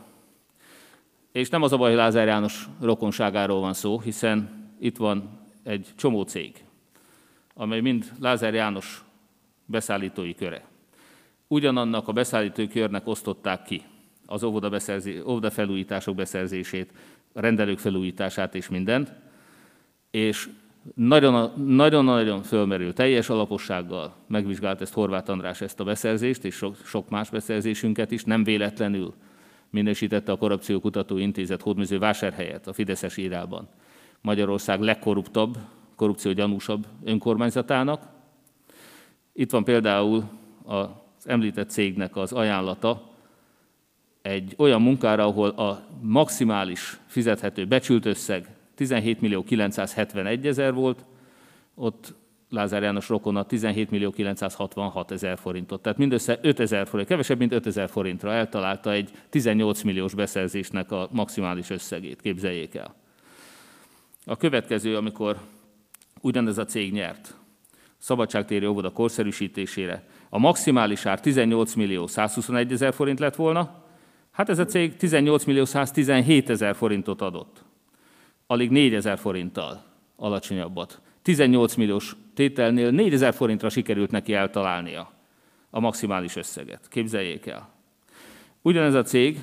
És nem az a baj, hogy Lázár János rokonságáról van szó, hiszen itt van egy csomó cég, amely mind Lázár János beszállítói köre. Ugyanannak a beszállítói körnek osztották ki az óvodafelújítások beszerzését, a rendelők felújítását és mindent, és nagyon-nagyon fölmerül, teljes alapossággal megvizsgált ezt Horváth András ezt a beszerzést, és sok, sok más beszerzésünket is, nem véletlenül minősítette a Korrupciókutató Intézet Hódmezővásárhelyet a fideszes írában Magyarország legkorruptabb, korrupciógyanúsabb önkormányzatának. Itt van például az említett cégnek az ajánlata egy olyan munkára, ahol a maximális fizethető becsült összeg tizenhét millió kilencszázhetvenegy ezer volt, ott Lázár János rokona tizenhét millió kilencszázhatvanhat ezer forintot. Tehát mindössze ötezer forint, kevesebb, mint ötezer forintra eltalálta egy tizennyolc milliós beszerzésnek a maximális összegét, képzeljék el. A következő, amikor ugyanez a cég nyert Szabadságtéri óvoda korszerűsítésére, a maximális ár tizennyolc millió százhuszonegy ezer forint lett volna, hát ez a cég tizennyolc millió száztizenhét ezer forintot adott. Alig négyezer forinttal alacsonyabbat. tizennyolc milliós tételnél négyezer forintra sikerült neki eltalálnia a maximális összeget. Képzeljék el. Ugyanez a cég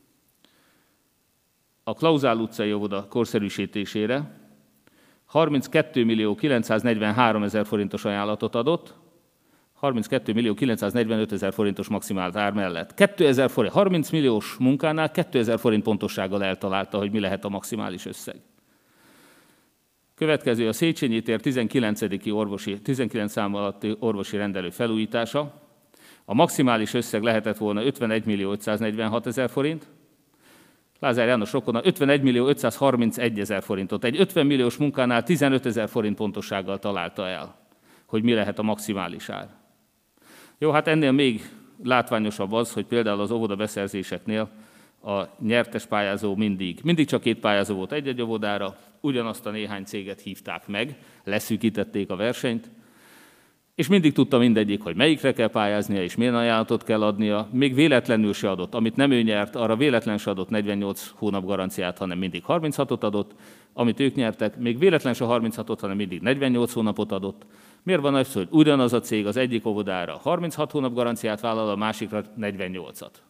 a Klauzál utcai óvoda korszerűsítésére harminckét millió kilencszáznegyvenhárom ezer forintos ajánlatot adott, harminckét millió kilencszáznegyvenöt ezer forintos maximált ár mellett. kétezer forint, harminc milliós munkánál kétezer forint pontossággal eltalálta, hogy mi lehet a maximális összeg. Következő a Széchenyi tér tizenkilencedik orvosi, tizenkilenc szám alatti orvosi rendelő felújítása. A maximális összeg lehetett volna ötvenegy millió ötszáznegyvenhat ezer forint, Lázár János rokona ötvenegy millió ötszázharmincegy ezer forintot. Egy ötven milliós munkánál tizenöt ezer forint pontossággal találta el, hogy mi lehet a maximális ár. Jó, hát ennél még látványosabb az, hogy például az óvoda beszerzéseknél a nyertes pályázó mindig, mindig csak két pályázó volt egy-egy óvodára, ugyanazt a néhány céget hívták meg, leszűkítették a versenyt, és mindig tudta mindegyik, hogy melyikre kell pályáznia, és milyen ajánlatot kell adnia, még véletlenül se adott. Amit nem ő nyert, arra véletlenül se adott negyvennyolc hónap garanciát, hanem mindig harminchatot adott. Amit ők nyertek, még véletlenül se harminchatot, hanem mindig negyvennyolc hónapot adott. Miért van az, hogy ugyanaz a cég az egyik óvodára harminchat hónap garanciát vállal, a másikra negyvennyolcat?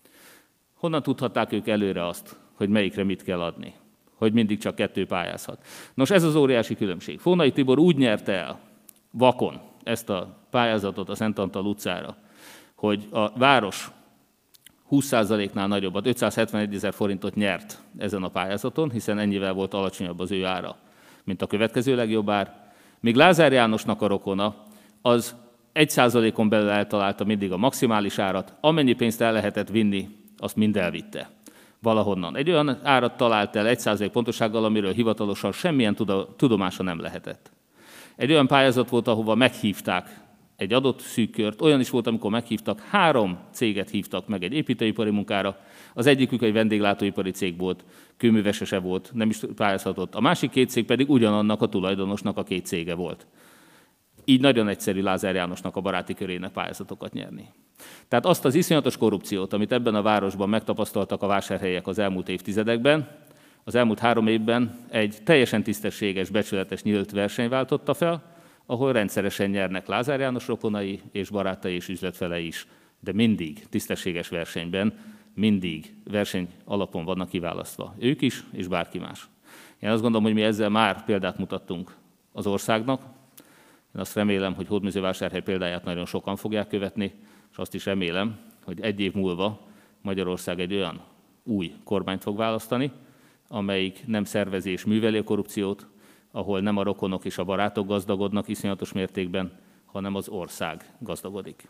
Honnan tudhatták ők előre azt, hogy melyikre mit kell adni? Hogy mindig csak kettő pályázhat. Nos, ez az óriási különbség. Fónai Tibor úgy nyerte el vakon ezt a pályázatot a Szent Antal utcára, hogy a város húsz százaléknál nagyobbat, ötszázhetvenegy ezer forintot nyert ezen a pályázaton, hiszen ennyivel volt alacsonyabb az ő ára, mint a következő legjobb ár. Míg Lázár Jánosnak a rokona az egy százalékon belül eltalálta mindig a maximális árat, amennyi pénzt el lehetett vinni, azt mind elvitte valahonnan. Egy olyan árat talált el egy százalék pontossággal, amiről hivatalosan semmilyen tudomása nem lehetett. Egy olyan pályázat volt, ahova meghívták egy adott szűk kört, olyan is volt, amikor meghívtak, három céget hívtak meg egy építőipari munkára, az egyikük egy vendéglátóipari cég volt, kőművese se volt, nem is pályázhatott, a másik két cég pedig ugyanannak a tulajdonosnak a két cége volt. Így nagyon egyszerű Lázár Jánosnak a baráti körének pályázatokat nyerni. Tehát azt az iszonyatos korrupciót, amit ebben a városban megtapasztaltak a vásárhelyek az elmúlt évtizedekben, az elmúlt három évben egy teljesen tisztességes, becsületes nyílt verseny váltotta fel, ahol rendszeresen nyernek Lázár János rokonai és barátai és üzletfelei is, de mindig tisztességes versenyben, mindig verseny alapon vannak kiválasztva. Ők is, és bárki más. Én azt gondolom, hogy mi ezzel már példát mutattunk az országnak. Én azt remélem, hogy Hódmezővásárhely példáját nagyon sokan fogják követni, és azt is remélem, hogy egy év múlva Magyarország egy olyan új kormányt fog választani, amelyik nem szervezi és műveli a korrupciót, ahol nem a rokonok és a barátok gazdagodnak iszonyatos mértékben, hanem az ország gazdagodik.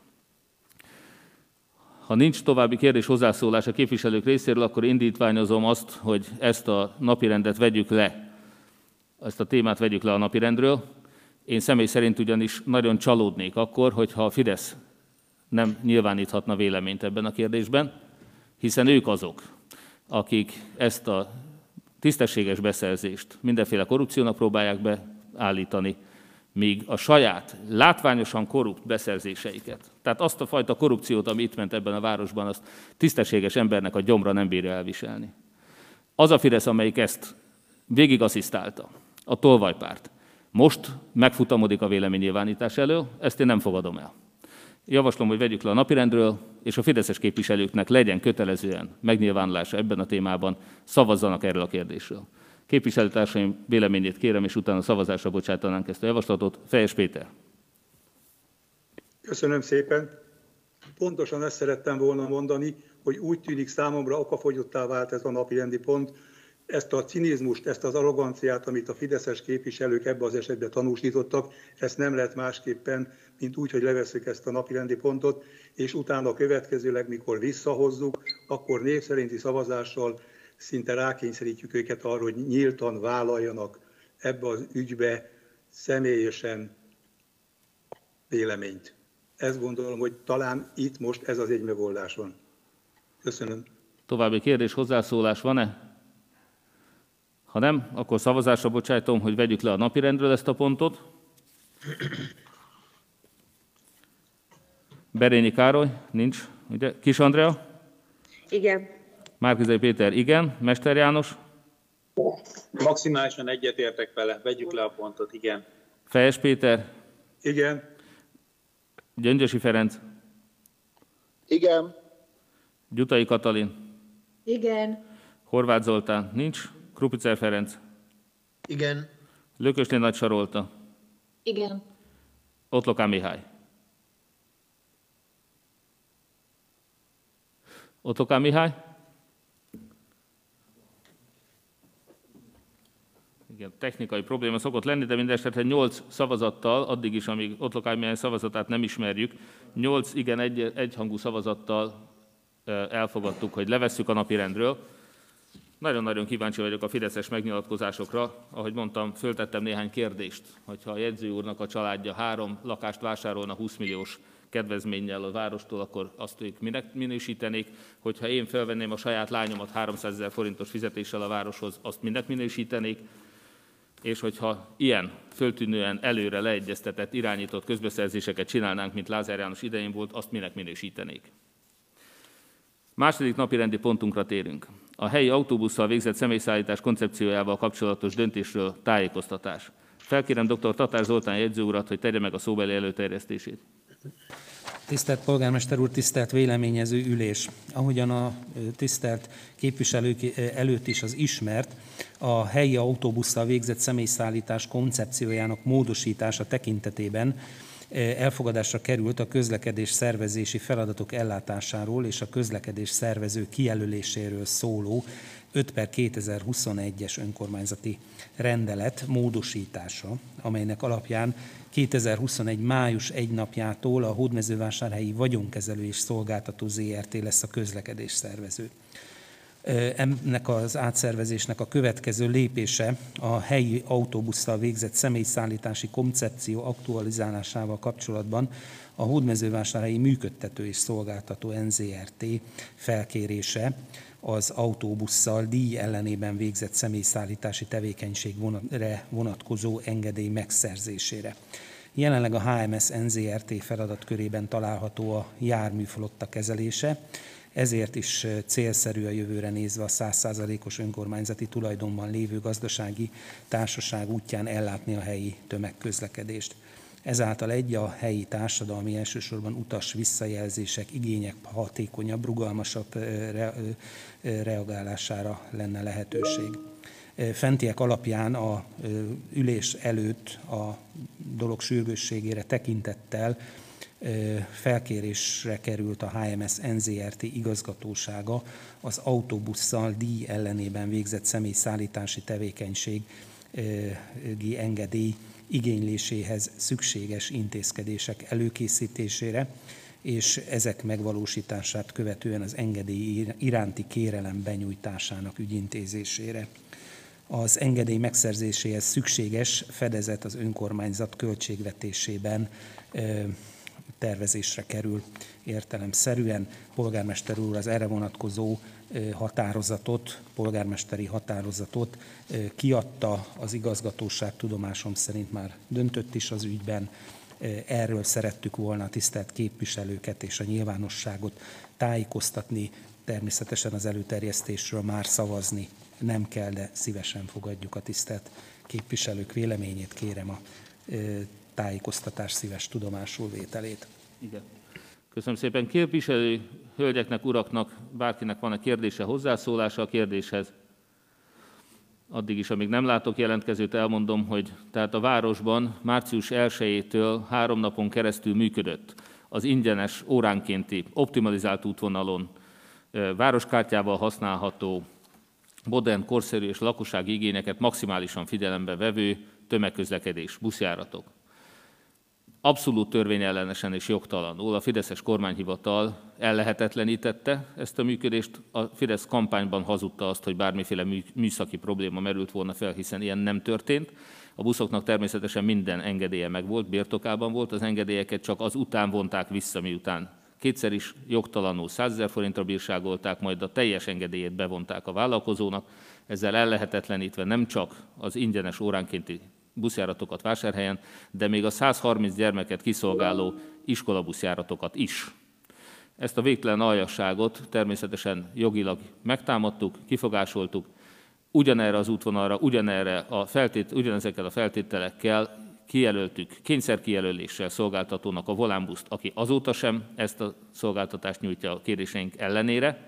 Ha nincs további kérdés, hozzászólás a képviselők részéről, akkor indítványozom azt, hogy ezt a napirendet vegyük le, ezt a témát vegyük le a napirendről. Én személy szerint ugyanis nagyon csalódnék akkor, hogyha a Fidesz nem nyilváníthatna véleményt ebben a kérdésben, hiszen ők azok, akik ezt a tisztességes beszerzést mindenféle korrupciónak próbálják beállítani, míg a saját látványosan korrupt beszerzéseiket, tehát azt a fajta korrupciót, ami itt ment ebben a városban, azt tisztességes embernek a gyomra nem bírja elviselni. Az a Fidesz, amelyik ezt végigasszisztálta, a tolvajpárt, most megfutamodik a véleménynyilvánítás elől, ezt én nem fogadom el. Javaslom, hogy vegyük le a napirendről, és a fideszes képviselőknek legyen kötelezően megnyilvánulása ebben a témában, szavazzanak erről a kérdésről. Képviselőtársaim véleményét kérem, és utána szavazásra bocsátanánk ezt a javaslatot. Fejes Péter. Köszönöm szépen. pontosan ezt szerettem volna mondani, hogy úgy tűnik számomra okafogyottá vált ez a napirendi pont, ezt a cinizmust, ezt az arroganciát, amit a fideszes képviselők ebben az esetben tanúsítottak, ezt nem lehet másképpen, mint úgy, hogy levesszük ezt a napirendi pontot, és utána következőleg, mikor visszahozzuk, akkor név szerinti szavazással szinte rákényszerítjük őket arra, hogy nyíltan vállaljanak ebbe az ügybe személyesen véleményt. Ezt gondolom, hogy talán itt most ez az egy megoldás van. Köszönöm. További kérdés, hozzászólás van-e? Ha nem, akkor szavazásra bocsájtom, hogy vegyük le a napirendről ezt a pontot. Berényi Károly, nincs, ugye? Kis Andrea? Igen. Márki-Zay Péter, igen. Mester János? Maximálisan egyetértek vele, vegyük le a pontot, igen. Fejes Péter? Igen. Gyöngyösi Ferenc? Igen. Gyutai Katalin? Igen. Horváth Zoltán, nincs. Krupicer Ferenc? Igen. Lökösné Nagy Sarolta? Igen. Ottokán Mihály? Ottokán Mihály? Igen, technikai probléma szokott lenni, de mindesetre nyolc szavazattal, addig is, amíg Ottokán Mihály szavazatát nem ismerjük, nyolc igen egy, egyhangú szavazattal elfogadtuk, hogy levesszük a napirendről. Nagyon-nagyon kíváncsi vagyok a fideszes megnyilatkozásokra. Ahogy mondtam, föltettem néhány kérdést, hogyha a jegyző úrnak a családja három lakást vásárolna húsz milliós kedvezménnyel a várostól, akkor azt ők minek minősítenék. Hogyha én felvenném a saját lányomat háromszázezer forintos fizetéssel a városhoz, azt minek minősítenék. És hogyha ilyen föltűnően előre leegyeztetett, irányított közbeszerzéseket csinálnánk, mint Lázár János idején volt, azt minek minősítenék. Második napi rendi pontunkra térünk. A helyi autóbusszal végzett személyszállítás koncepciójával kapcsolatos döntésről tájékoztatás. Felkérem dr. Tatár Zoltán jegyző urat, hogy tegye meg a szóbeli előterjesztését. Tisztelt polgármester úr, tisztelt véleményező ülés! Ahogyan a tisztelt képviselők előtt is az ismert, a helyi autóbusszal végzett személyszállítás koncepciójának módosítása tekintetében elfogadásra került a közlekedés szervezési feladatok ellátásáról és a közlekedés szervező kijelöléséről szóló öt per kétezer-huszonegyes önkormányzati rendelet módosítása, amelynek alapján kétezer-huszonegy. május elsejei napjától a Hódmezővásárhelyi Vagyonkezelő és Szolgáltató zé er té lesz a közlekedés szervező. Ennek az átszervezésnek a következő lépése a helyi autóbusszal végzett személyszállítási koncepció aktualizálásával kapcsolatban a Hódmezővásárhelyi Működtető és Szolgáltató en zé er té felkérése az autóbusszal díj ellenében végzett személyszállítási tevékenységre vonatkozó engedély megszerzésére. Jelenleg a há em es en zé er té feladatkörében található a járműflotta kezelése, ezért is célszerű a jövőre nézve a száz százalékos önkormányzati tulajdonban lévő gazdasági társaság útján ellátni a helyi tömegközlekedést. Ezáltal egy a helyi társadalmi, elsősorban utas visszajelzések, igények hatékonyabb, rugalmasabb reagálására lenne lehetőség. Fentiek alapján a ülés előtt a dolog sürgősségére tekintettel felkérésre került a há em es en zé er té igazgatósága az autóbusszal díj ellenében végzett személyszállítási tevékenységi engedély igényléséhez szükséges intézkedések előkészítésére, és ezek megvalósítását követően az engedély iránti kérelem benyújtásának ügyintézésére. Az engedély megszerzéséhez szükséges fedezet az önkormányzat költségvetésében tervezésre kerül értelemszerűen. Polgármester úr az erre vonatkozó határozatot, polgármesteri határozatot kiadta, az igazgatóság tudomásom szerint már döntött is az ügyben. Erről szerettük volna a tisztelt képviselőket és a nyilvánosságot tájékoztatni, természetesen az előterjesztésről már szavazni nem kell, de szívesen fogadjuk a tisztelt képviselők véleményét, kérem a tájékoztatás szíves tudomásul vételét. Igen. Köszönöm szépen. Képviselő hölgyeknek, uraknak, bárkinek van-e kérdése, hozzászólása a kérdéshez? Addig is, amíg nem látok jelentkezőt, elmondom, hogy tehát a városban március elsejétől három napon keresztül működött az ingyenes óránkénti optimalizált útvonalon, városkártyával használható, modern, korszerű és lakossági igényeket maximálisan figyelembe vevő tömegközlekedés, buszjáratok. Abszolút törvényellenesen és jogtalanul a fideszes kormányhivatal ellehetetlenítette ezt a működést. A Fidesz kampányban hazudta azt, hogy bármiféle műszaki probléma merült volna fel, hiszen ilyen nem történt. A buszoknak természetesen minden engedélye megvolt, birtokában volt, az engedélyeket csak az után vonták vissza, miután kétszer is jogtalanul százezer forintra bírságolták, majd a teljes engedélyét bevonták a vállalkozónak, ezzel ellehetetlenítve nem csak az ingyenes óránkénti buszjáratokat Vásárhelyen, de még a száz harminc gyermeket kiszolgáló iskolabuszjáratokat is. Ezt a végtelen aljasságot természetesen jogilag megtámadtuk, kifogásoltuk, ugyanerre az útvonalra, ugyanerre a feltét, ugyanezekkel a feltételekkel kijelöltük kényszerkijelöléssel szolgáltatónak a volánbuszt, aki azóta sem ezt a szolgáltatást nyújtja a kéréseink ellenére.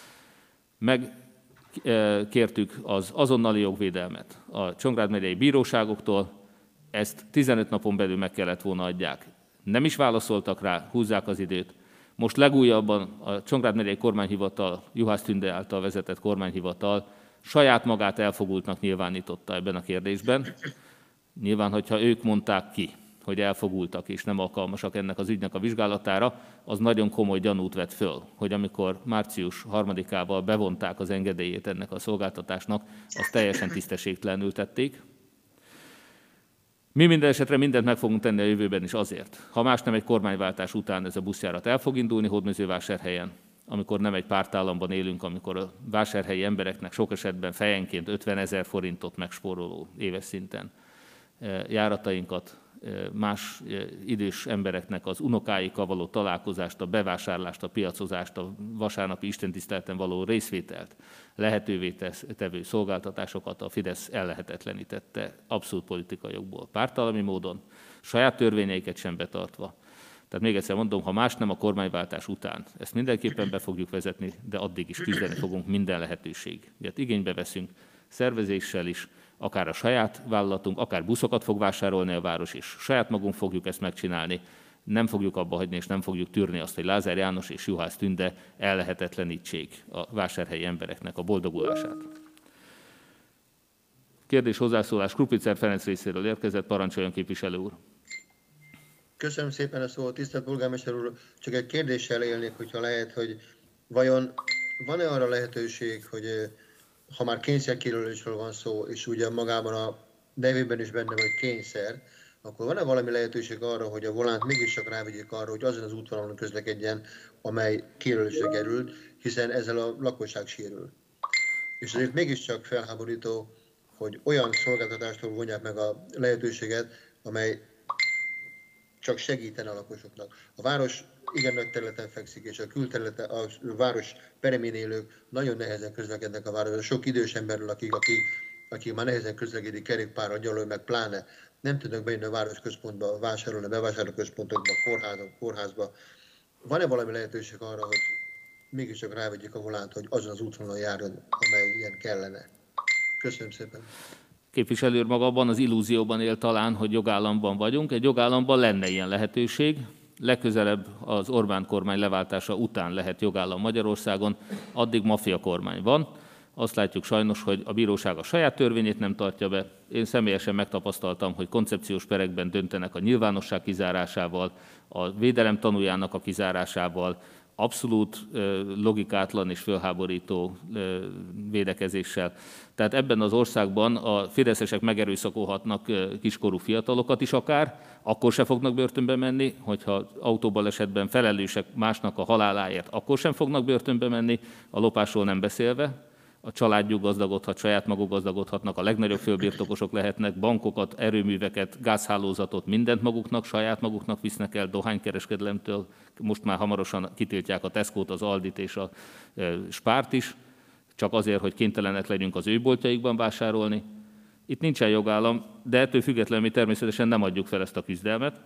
Megkértük az azonnali jogvédelmet a Csongrád megyei bíróságoktól, ezt tizenöt napon belül meg kellett volna adják. Nem is válaszoltak rá, húzzák az időt. Most legújabban a Csongrád megyei kormányhivatal, Juhász Tünde által vezetett kormányhivatal saját magát elfogultnak nyilvánította ebben a kérdésben. Nyilván, hogyha ők mondták ki, hogy elfogultak és nem alkalmasak ennek az ügynek a vizsgálatára, az nagyon komoly gyanút vett föl, hogy amikor március harmadikával bevonták az engedélyét ennek a szolgáltatásnak, azt teljesen tisztességtelenül tették. Mi minden esetre mindent meg fogunk tenni a jövőben is azért. Ha más nem, egy kormányváltás után ez a buszjárat el fog indulni Hódmezővásárhelyen, amikor nem egy pártállamban élünk, amikor a vásárhelyi embereknek sok esetben fejenként ötvenezer forintot megspóroló éves szinten járatainkat, más idős embereknek az unokáikkal való találkozást, a bevásárlást, a piacozást, a vasárnapi istentiszteleten való részvételt lehetővé tevő szolgáltatásokat a Fidesz ellehetetlenítette abszolút politikai jogból, pártállami módon, saját törvényeiket sem betartva. Tehát még egyszer mondom, ha más nem a kormányváltás után, ezt mindenképpen be fogjuk vezetni, de addig is küzdeni fogunk minden lehetőség. Ilyet igénybe veszünk, szervezéssel is, akár a saját vállalatunk, akár buszokat fog vásárolni a város is. Saját magunk fogjuk ezt megcsinálni. Nem fogjuk abba hagyni, és nem fogjuk tűrni azt, hogy Lázár János és Juhász Tünde ellehetetlenítsék a vásárhelyi embereknek a boldogulását. Kérdés, hozzászólás Krupicer Ferenc részéről érkezett, parancsoljon képviselő úr. Köszönöm szépen a szót, tisztelt polgármester úr. Csak egy kérdéssel élnék, hogyha lehet, hogy vajon van-e arra lehetőség, hogy ha már kényszerkijelölésről van szó, és ugye magában a nevében is benne vagy kényszer, akkor van-e valami lehetőség arra, hogy a volánt mégiscsak rávigyék arra, hogy azon az útvonalon közlekedjen, amely kijelölésre került, hiszen ezzel a lakosság sérül. És azért mégiscsak felháborító, hogy olyan szolgáltatástól vonják meg a lehetőséget, amely csak segítene a lakosoknak. A város igen nagy területen fekszik, és a külterülete, a város peremén élők nagyon nehezen közlekednek a városban. Sok idős emberről, akik, akik, akik már nehezen közlekedik kerékpárral, gyalog, meg pláne nem tudnak bejönni a városközpontba, vásárolni, bevásárlóközpontokba, kórházba, kórházba. Van-e valami lehetőség arra, hogy mégiscsak rávegyék a volánt, hogy azon az útvonalon járjon, amely ilyen kellene? Köszönöm szépen. Képviselő úr maga abban az illúzióban él talán, hogy jogállamban vagyunk. Egy jogállamban lenne ilyen lehetőség. Legközelebb az Orbán kormány leváltása után lehet jogállam Magyarországon, addig maffia kormány van. Azt látjuk sajnos, hogy a bíróság a saját törvényét nem tartja be. Én személyesen megtapasztaltam, hogy koncepciós perekben döntenek a nyilvánosság kizárásával, a védelem tanújának a kizárásával, abszolút logikátlan és fölháborító védekezéssel. Tehát ebben az országban a fideszesek megerőszakolhatnak kiskorú fiatalokat is akár, akkor se fognak börtönbe menni, hogyha autóbalesetben felelősek másnak a haláláért, akkor sem fognak börtönbe menni, a lopásról nem beszélve. A családjuk gazdagodhat, saját maguk gazdagodhatnak, a legnagyobb földbirtokosok lehetnek, bankokat, erőműveket, gázhálózatot, mindent maguknak, saját maguknak visznek el, dohánykereskedelemtől, most már hamarosan kitiltják a Tescót, az Aldit és a Spárt is, csak azért, hogy kénytelenek legyünk az ő boltjaikban vásárolni. Itt nincsen jogállam, de ettől függetlenül mi természetesen nem adjuk fel ezt a küzdelmet.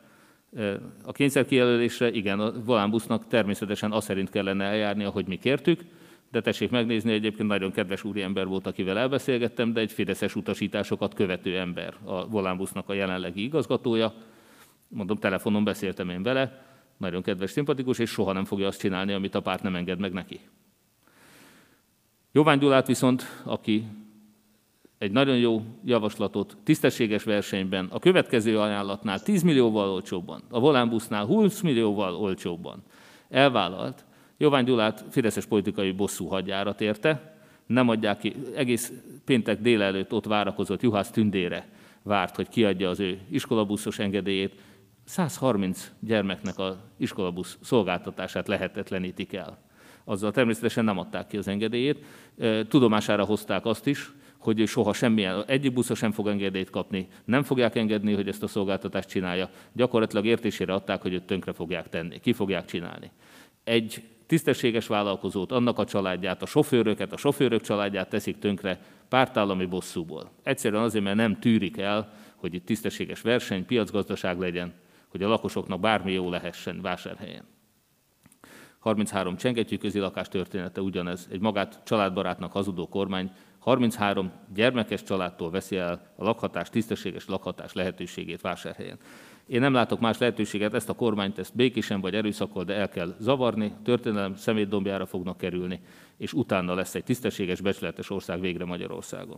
A kényszerkijelölésre igen, a volánbusznak természetesen az szerint kellene eljárni, ahogy mi kértük, de tessék megnézni, egyébként nagyon kedves úriember volt, akivel elbeszélgettem, de egy fideszes utasításokat követő ember, a volánbusznak a jelenlegi igazgatója. Mondom, telefonon beszéltem én vele, nagyon kedves, szimpatikus, és soha nem fogja azt csinálni, amit a párt nem enged meg neki. Jovány Gyulát viszont, aki egy nagyon jó javaslatot tisztességes versenyben, a következő ajánlatnál tíz millióval olcsóbban, a Volánbusznál húsz millióval olcsóbban elvállalt, Jovány Gyulát fideszes politikai bosszú hadjára térte, nem adják ki, egész péntek délelőtt ott várakozott Juhász Tündére várt, hogy kiadja az ő iskolabuszos engedélyét. száz harminc gyermeknek az iskolabusz szolgáltatását lehetetlenítik el. Azzal természetesen nem adták ki az engedélyét. Tudomására hozták azt is, hogy soha semmilyen, egyik buszra sem fog engedélyt kapni, nem fogják engedni, hogy ezt a szolgáltatást csinálja. Gyakorlatilag értésére adták, hogy őt tönkre fogják tenni, ki fogják csinálni. Egy tisztességes vállalkozót, annak a családját, a sofőröket, a sofőrök családját teszik tönkre pártállami bosszúból. Egyszerűen azért, mert nem tűrik el, hogy itt tisztességes verseny, piacgazdaság legyen, hogy a lakosoknak bármi jó lehessen Vásárhelyen. harminchárom csengettyűközi lakás története ugyanez. Egy magát családbarátnak hazudó kormány harminchárom gyermekes családtól veszi el a lakhatás, tisztességes lakhatás lehetőségét Vásárhelyen. Én nem látok más lehetőséget, ezt a kormányt ezt békésen vagy erőszakkal, de el kell zavarni, történelem szemétdombjára fognak kerülni, és utána lesz egy tisztességes, becsületes ország végre Magyarországon.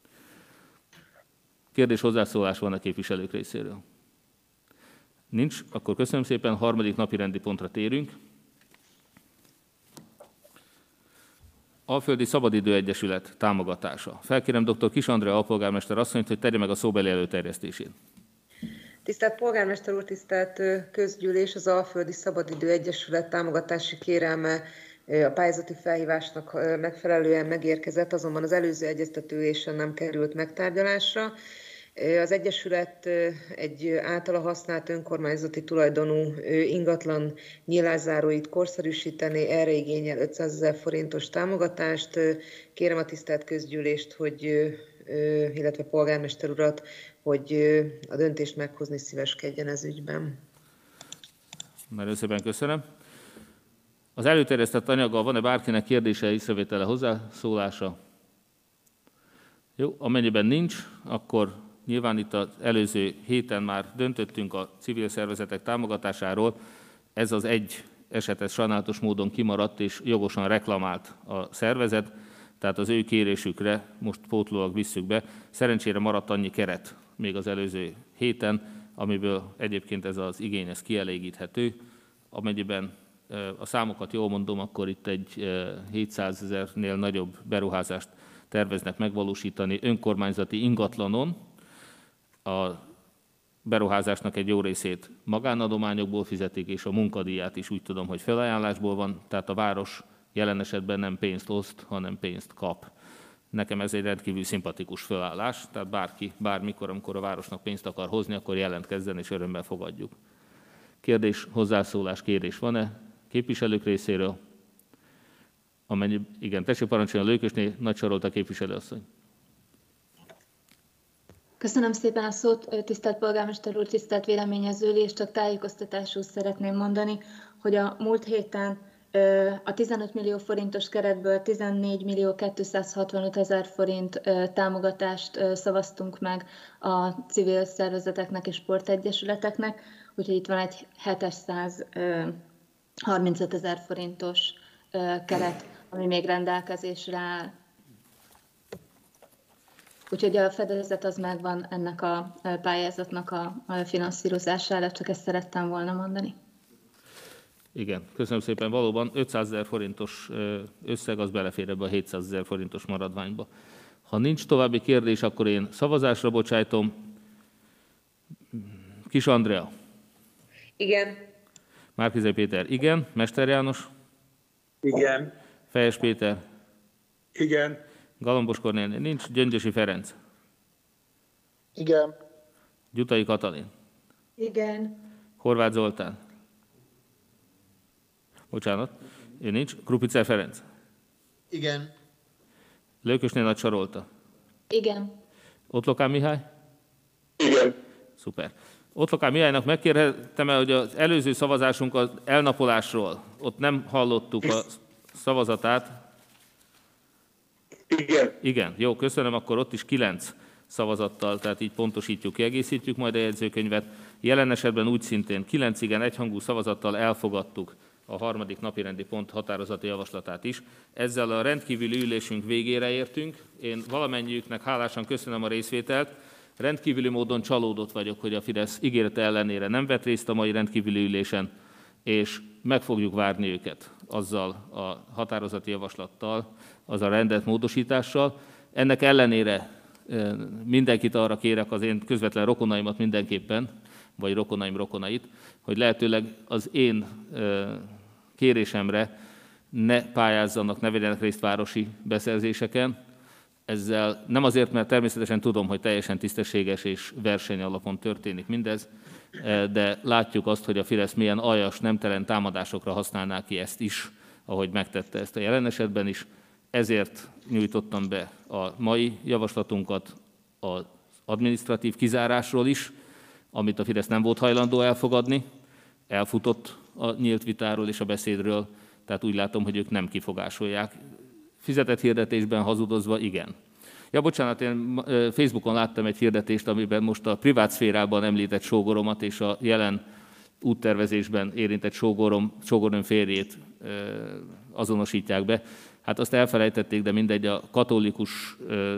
Kérdés, hozzászólás van a képviselők részéről? Nincs, akkor köszönöm szépen, harmadik napi rendi pontra térünk. Alföldi Szabadidő Egyesület támogatása. Felkérem dr. Kiss Andrea alpolgármester asszonyt, hogy tegye meg a szóbeli előterjesztését. Tisztelt polgármester úr, tisztelt közgyűlés, az Alföldi Szabadidő Egyesület támogatási kérelme a pályázati felhívásnak megfelelően megérkezett, azonban az előző egyeztetőülésen nem került megtárgyalásra. Az Egyesület egy általa használt önkormányzati tulajdonú ingatlan nyilászáróit korszerűsíteni, erre igényel ötszázezer forintos támogatást. Kérem a tisztelt közgyűlést, hogy, illetve polgármester urat, hogy a döntést meghozni szíveskedjen ez ügyben. Nagyon szépen köszönöm. Az előterjesztett anyaggal van-e bárkinek kérdése, észrevétele, hozzászólása? Jó, amennyiben nincs, akkor nyilván itt az előző héten már döntöttünk a civil szervezetek támogatásáról. Ez az egy esetet sajnálatos módon kimaradt és jogosan reklamált a szervezet, tehát az ő kérésükre most pótlólag visszük be. Szerencsére maradt annyi keret még az előző héten, amiből egyébként ez az igény ez kielégíthető. Amennyiben a számokat jól mondom, akkor itt egy hétszázezernél nagyobb beruházást terveznek megvalósítani önkormányzati ingatlanon. A beruházásnak egy jó részét magánadományokból fizetik, és a munkadíját is úgy tudom, hogy felajánlásból van, tehát a város jelen esetben nem pénzt oszt, hanem pénzt kap. Nekem ez egy rendkívül szimpatikus felállás, tehát bárki, bármikor, amikor a városnak pénzt akar hozni, akkor jelentkezzen, és örömmel fogadjuk. Kérdés, hozzászólás, kérés van-e képviselők részéről? Amennyi, igen, tessék parancsoljon, Lőkösné, Nagy Sarolta képviselőasszony. Köszönöm szépen a szót, tisztelt polgármester úr, tisztelt véleményezőlés, csak tájékoztatásul szeretném mondani, hogy a múlt héten a tizenöt millió forintos keretből tizennégy millió kétszázhatvanöt ezer forint támogatást szavaztunk meg a civil szervezeteknek és sportegyesületeknek, úgyhogy itt van egy hétszázharmincöt ezer forintos keret, ami még rendelkezésre áll. Úgyhogy a fedezet az megvan ennek a pályázatnak a finanszírozására, csak ezt szerettem volna mondani. Igen, köszönöm szépen. Valóban ötszázezer forintos összeg az belefér ebbe a hétszázezer forintos maradványba. Ha nincs további kérdés, akkor én szavazásra bocsájtom. Kiss Andrea. Igen. Márki-Zay Péter. Igen. Mester János. Igen. Fejes Péter. Igen. Galambos Kornél nincs. Gyöngyösi Ferenc. Igen. Gyutai Katalin. Igen. Horváth Zoltán. Bocsánat, ő nincs. Krupicer Ferenc. Igen. Lőkösné Nagy Sarolta. Igen. Ottokán Mihály. Igen. Szuper. Ottokán Mihálynak megkérhetem el, hogy az előző szavazásunk az elnapolásról, ott nem hallottuk a szavazatát. Igen. Igen, jó, köszönöm, akkor ott is kilenc szavazattal, tehát így pontosítjuk, kiegészítjük majd a jegyzőkönyvet. Jelen esetben úgy szintén kilenc igen egyhangú szavazattal elfogadtuk a harmadik napirendi pont határozati javaslatát is. Ezzel a rendkívüli ülésünk végére értünk. Én valamennyiüknek hálásan köszönöm a részvételt. Rendkívüli módon csalódott vagyok, hogy a Fidesz ígérete ellenére nem vett részt a mai rendkívüli ülésen, és meg fogjuk várni őket azzal a határozati javaslattal, azzal a rendelt módosítással. Ennek ellenére mindenkit arra kérek, az én közvetlen rokonaimat mindenképpen, vagy rokonaim rokonait, hogy lehetőleg az én kérésemre ne pályázzanak, ne vegyenek részt városi beszerzéseken. Ezzel nem azért, mert természetesen tudom, hogy teljesen tisztességes és verseny alapon történik mindez, de látjuk azt, hogy a Fidesz milyen aljas, nemtelen támadásokra használná ki ezt is, ahogy megtette ezt a jelen esetben is. Ezért nyújtottam be a mai javaslatunkat az adminisztratív kizárásról is, amit a Fidesz nem volt hajlandó elfogadni, elfutott a nyílt vitáról és a beszédről, tehát úgy látom, hogy ők nem kifogásolják. Fizetett hirdetésben hazudozva igen. Ja, bocsánat, én Facebookon láttam egy hirdetést, amiben most a privát szférában említett sógoromat és a jelen úttervezésben érintett sógorom, sógorom férjét azonosítják be. Hát azt elfelejtették, de mindegy, a katolikus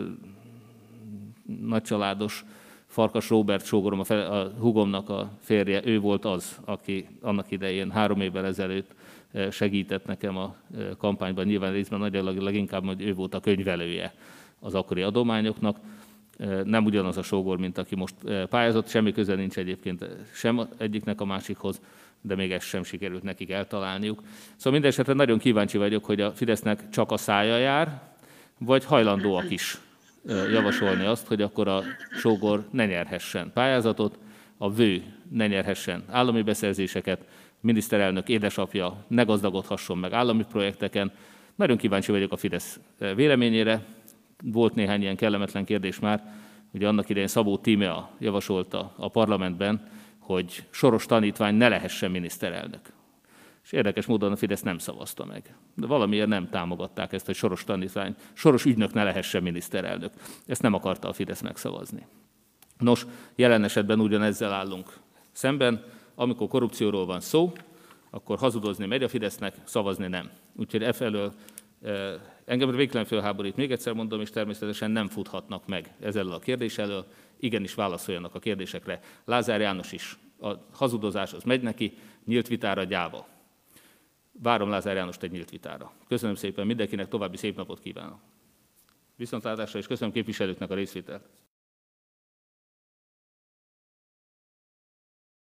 nagycsaládos Farkas Róbert sógorom, a, fel, a húgomnak a férje, ő volt az, aki annak idején három évvel ezelőtt segített nekem a kampányban, nyilván részben nagyjából leginkább, hogy ő volt a könyvelője az akkori adományoknak. Nem ugyanaz a sógor, mint aki most pályázott, semmi köze nincs egyébként sem egyiknek a másikhoz, de még ezt sem sikerült nekik eltalálniuk. Szóval minden esetre nagyon kíváncsi vagyok, hogy a Fidesznek csak a szája jár, vagy hajlandóak is javasolni azt, hogy akkor a sógor ne nyerhessen pályázatot, a vő ne nyerhessen állami beszerzéseket, miniszterelnök édesapja ne gazdagodhasson meg állami projekteken. Nagyon kíváncsi vagyok a Fidesz véleményére. Volt néhány ilyen kellemetlen kérdés már, ugye annak idején Szabó Tímea javasolta a parlamentben, hogy soros tanítvány ne lehessen miniszterelnök. És érdekes módon a Fidesz nem szavazta meg. De valamiért nem támogatták ezt, hogy soros tanítvány, soros ügynök ne lehessen miniszterelnök. Ezt nem akarta a Fidesz megszavazni. Nos, jelen esetben ugyanezzel állunk szemben. Amikor korrupcióról van szó, akkor hazudozni megy a Fidesznek, szavazni nem. Úgyhogy efelől engem végtelen fölháborít, még egyszer mondom, és természetesen nem futhatnak meg ezzel a kérdés elől. Igenis válaszoljanak a kérdésekre. Lázár János is, a hazudozás az megy neki, nyílt vitára gyáva. Várom Lázár Jánost egy nyílt vitára. Köszönöm szépen mindenkinek, további szép napot kívánok. Viszontlátásra, és köszönöm képviselőknek a részvételt.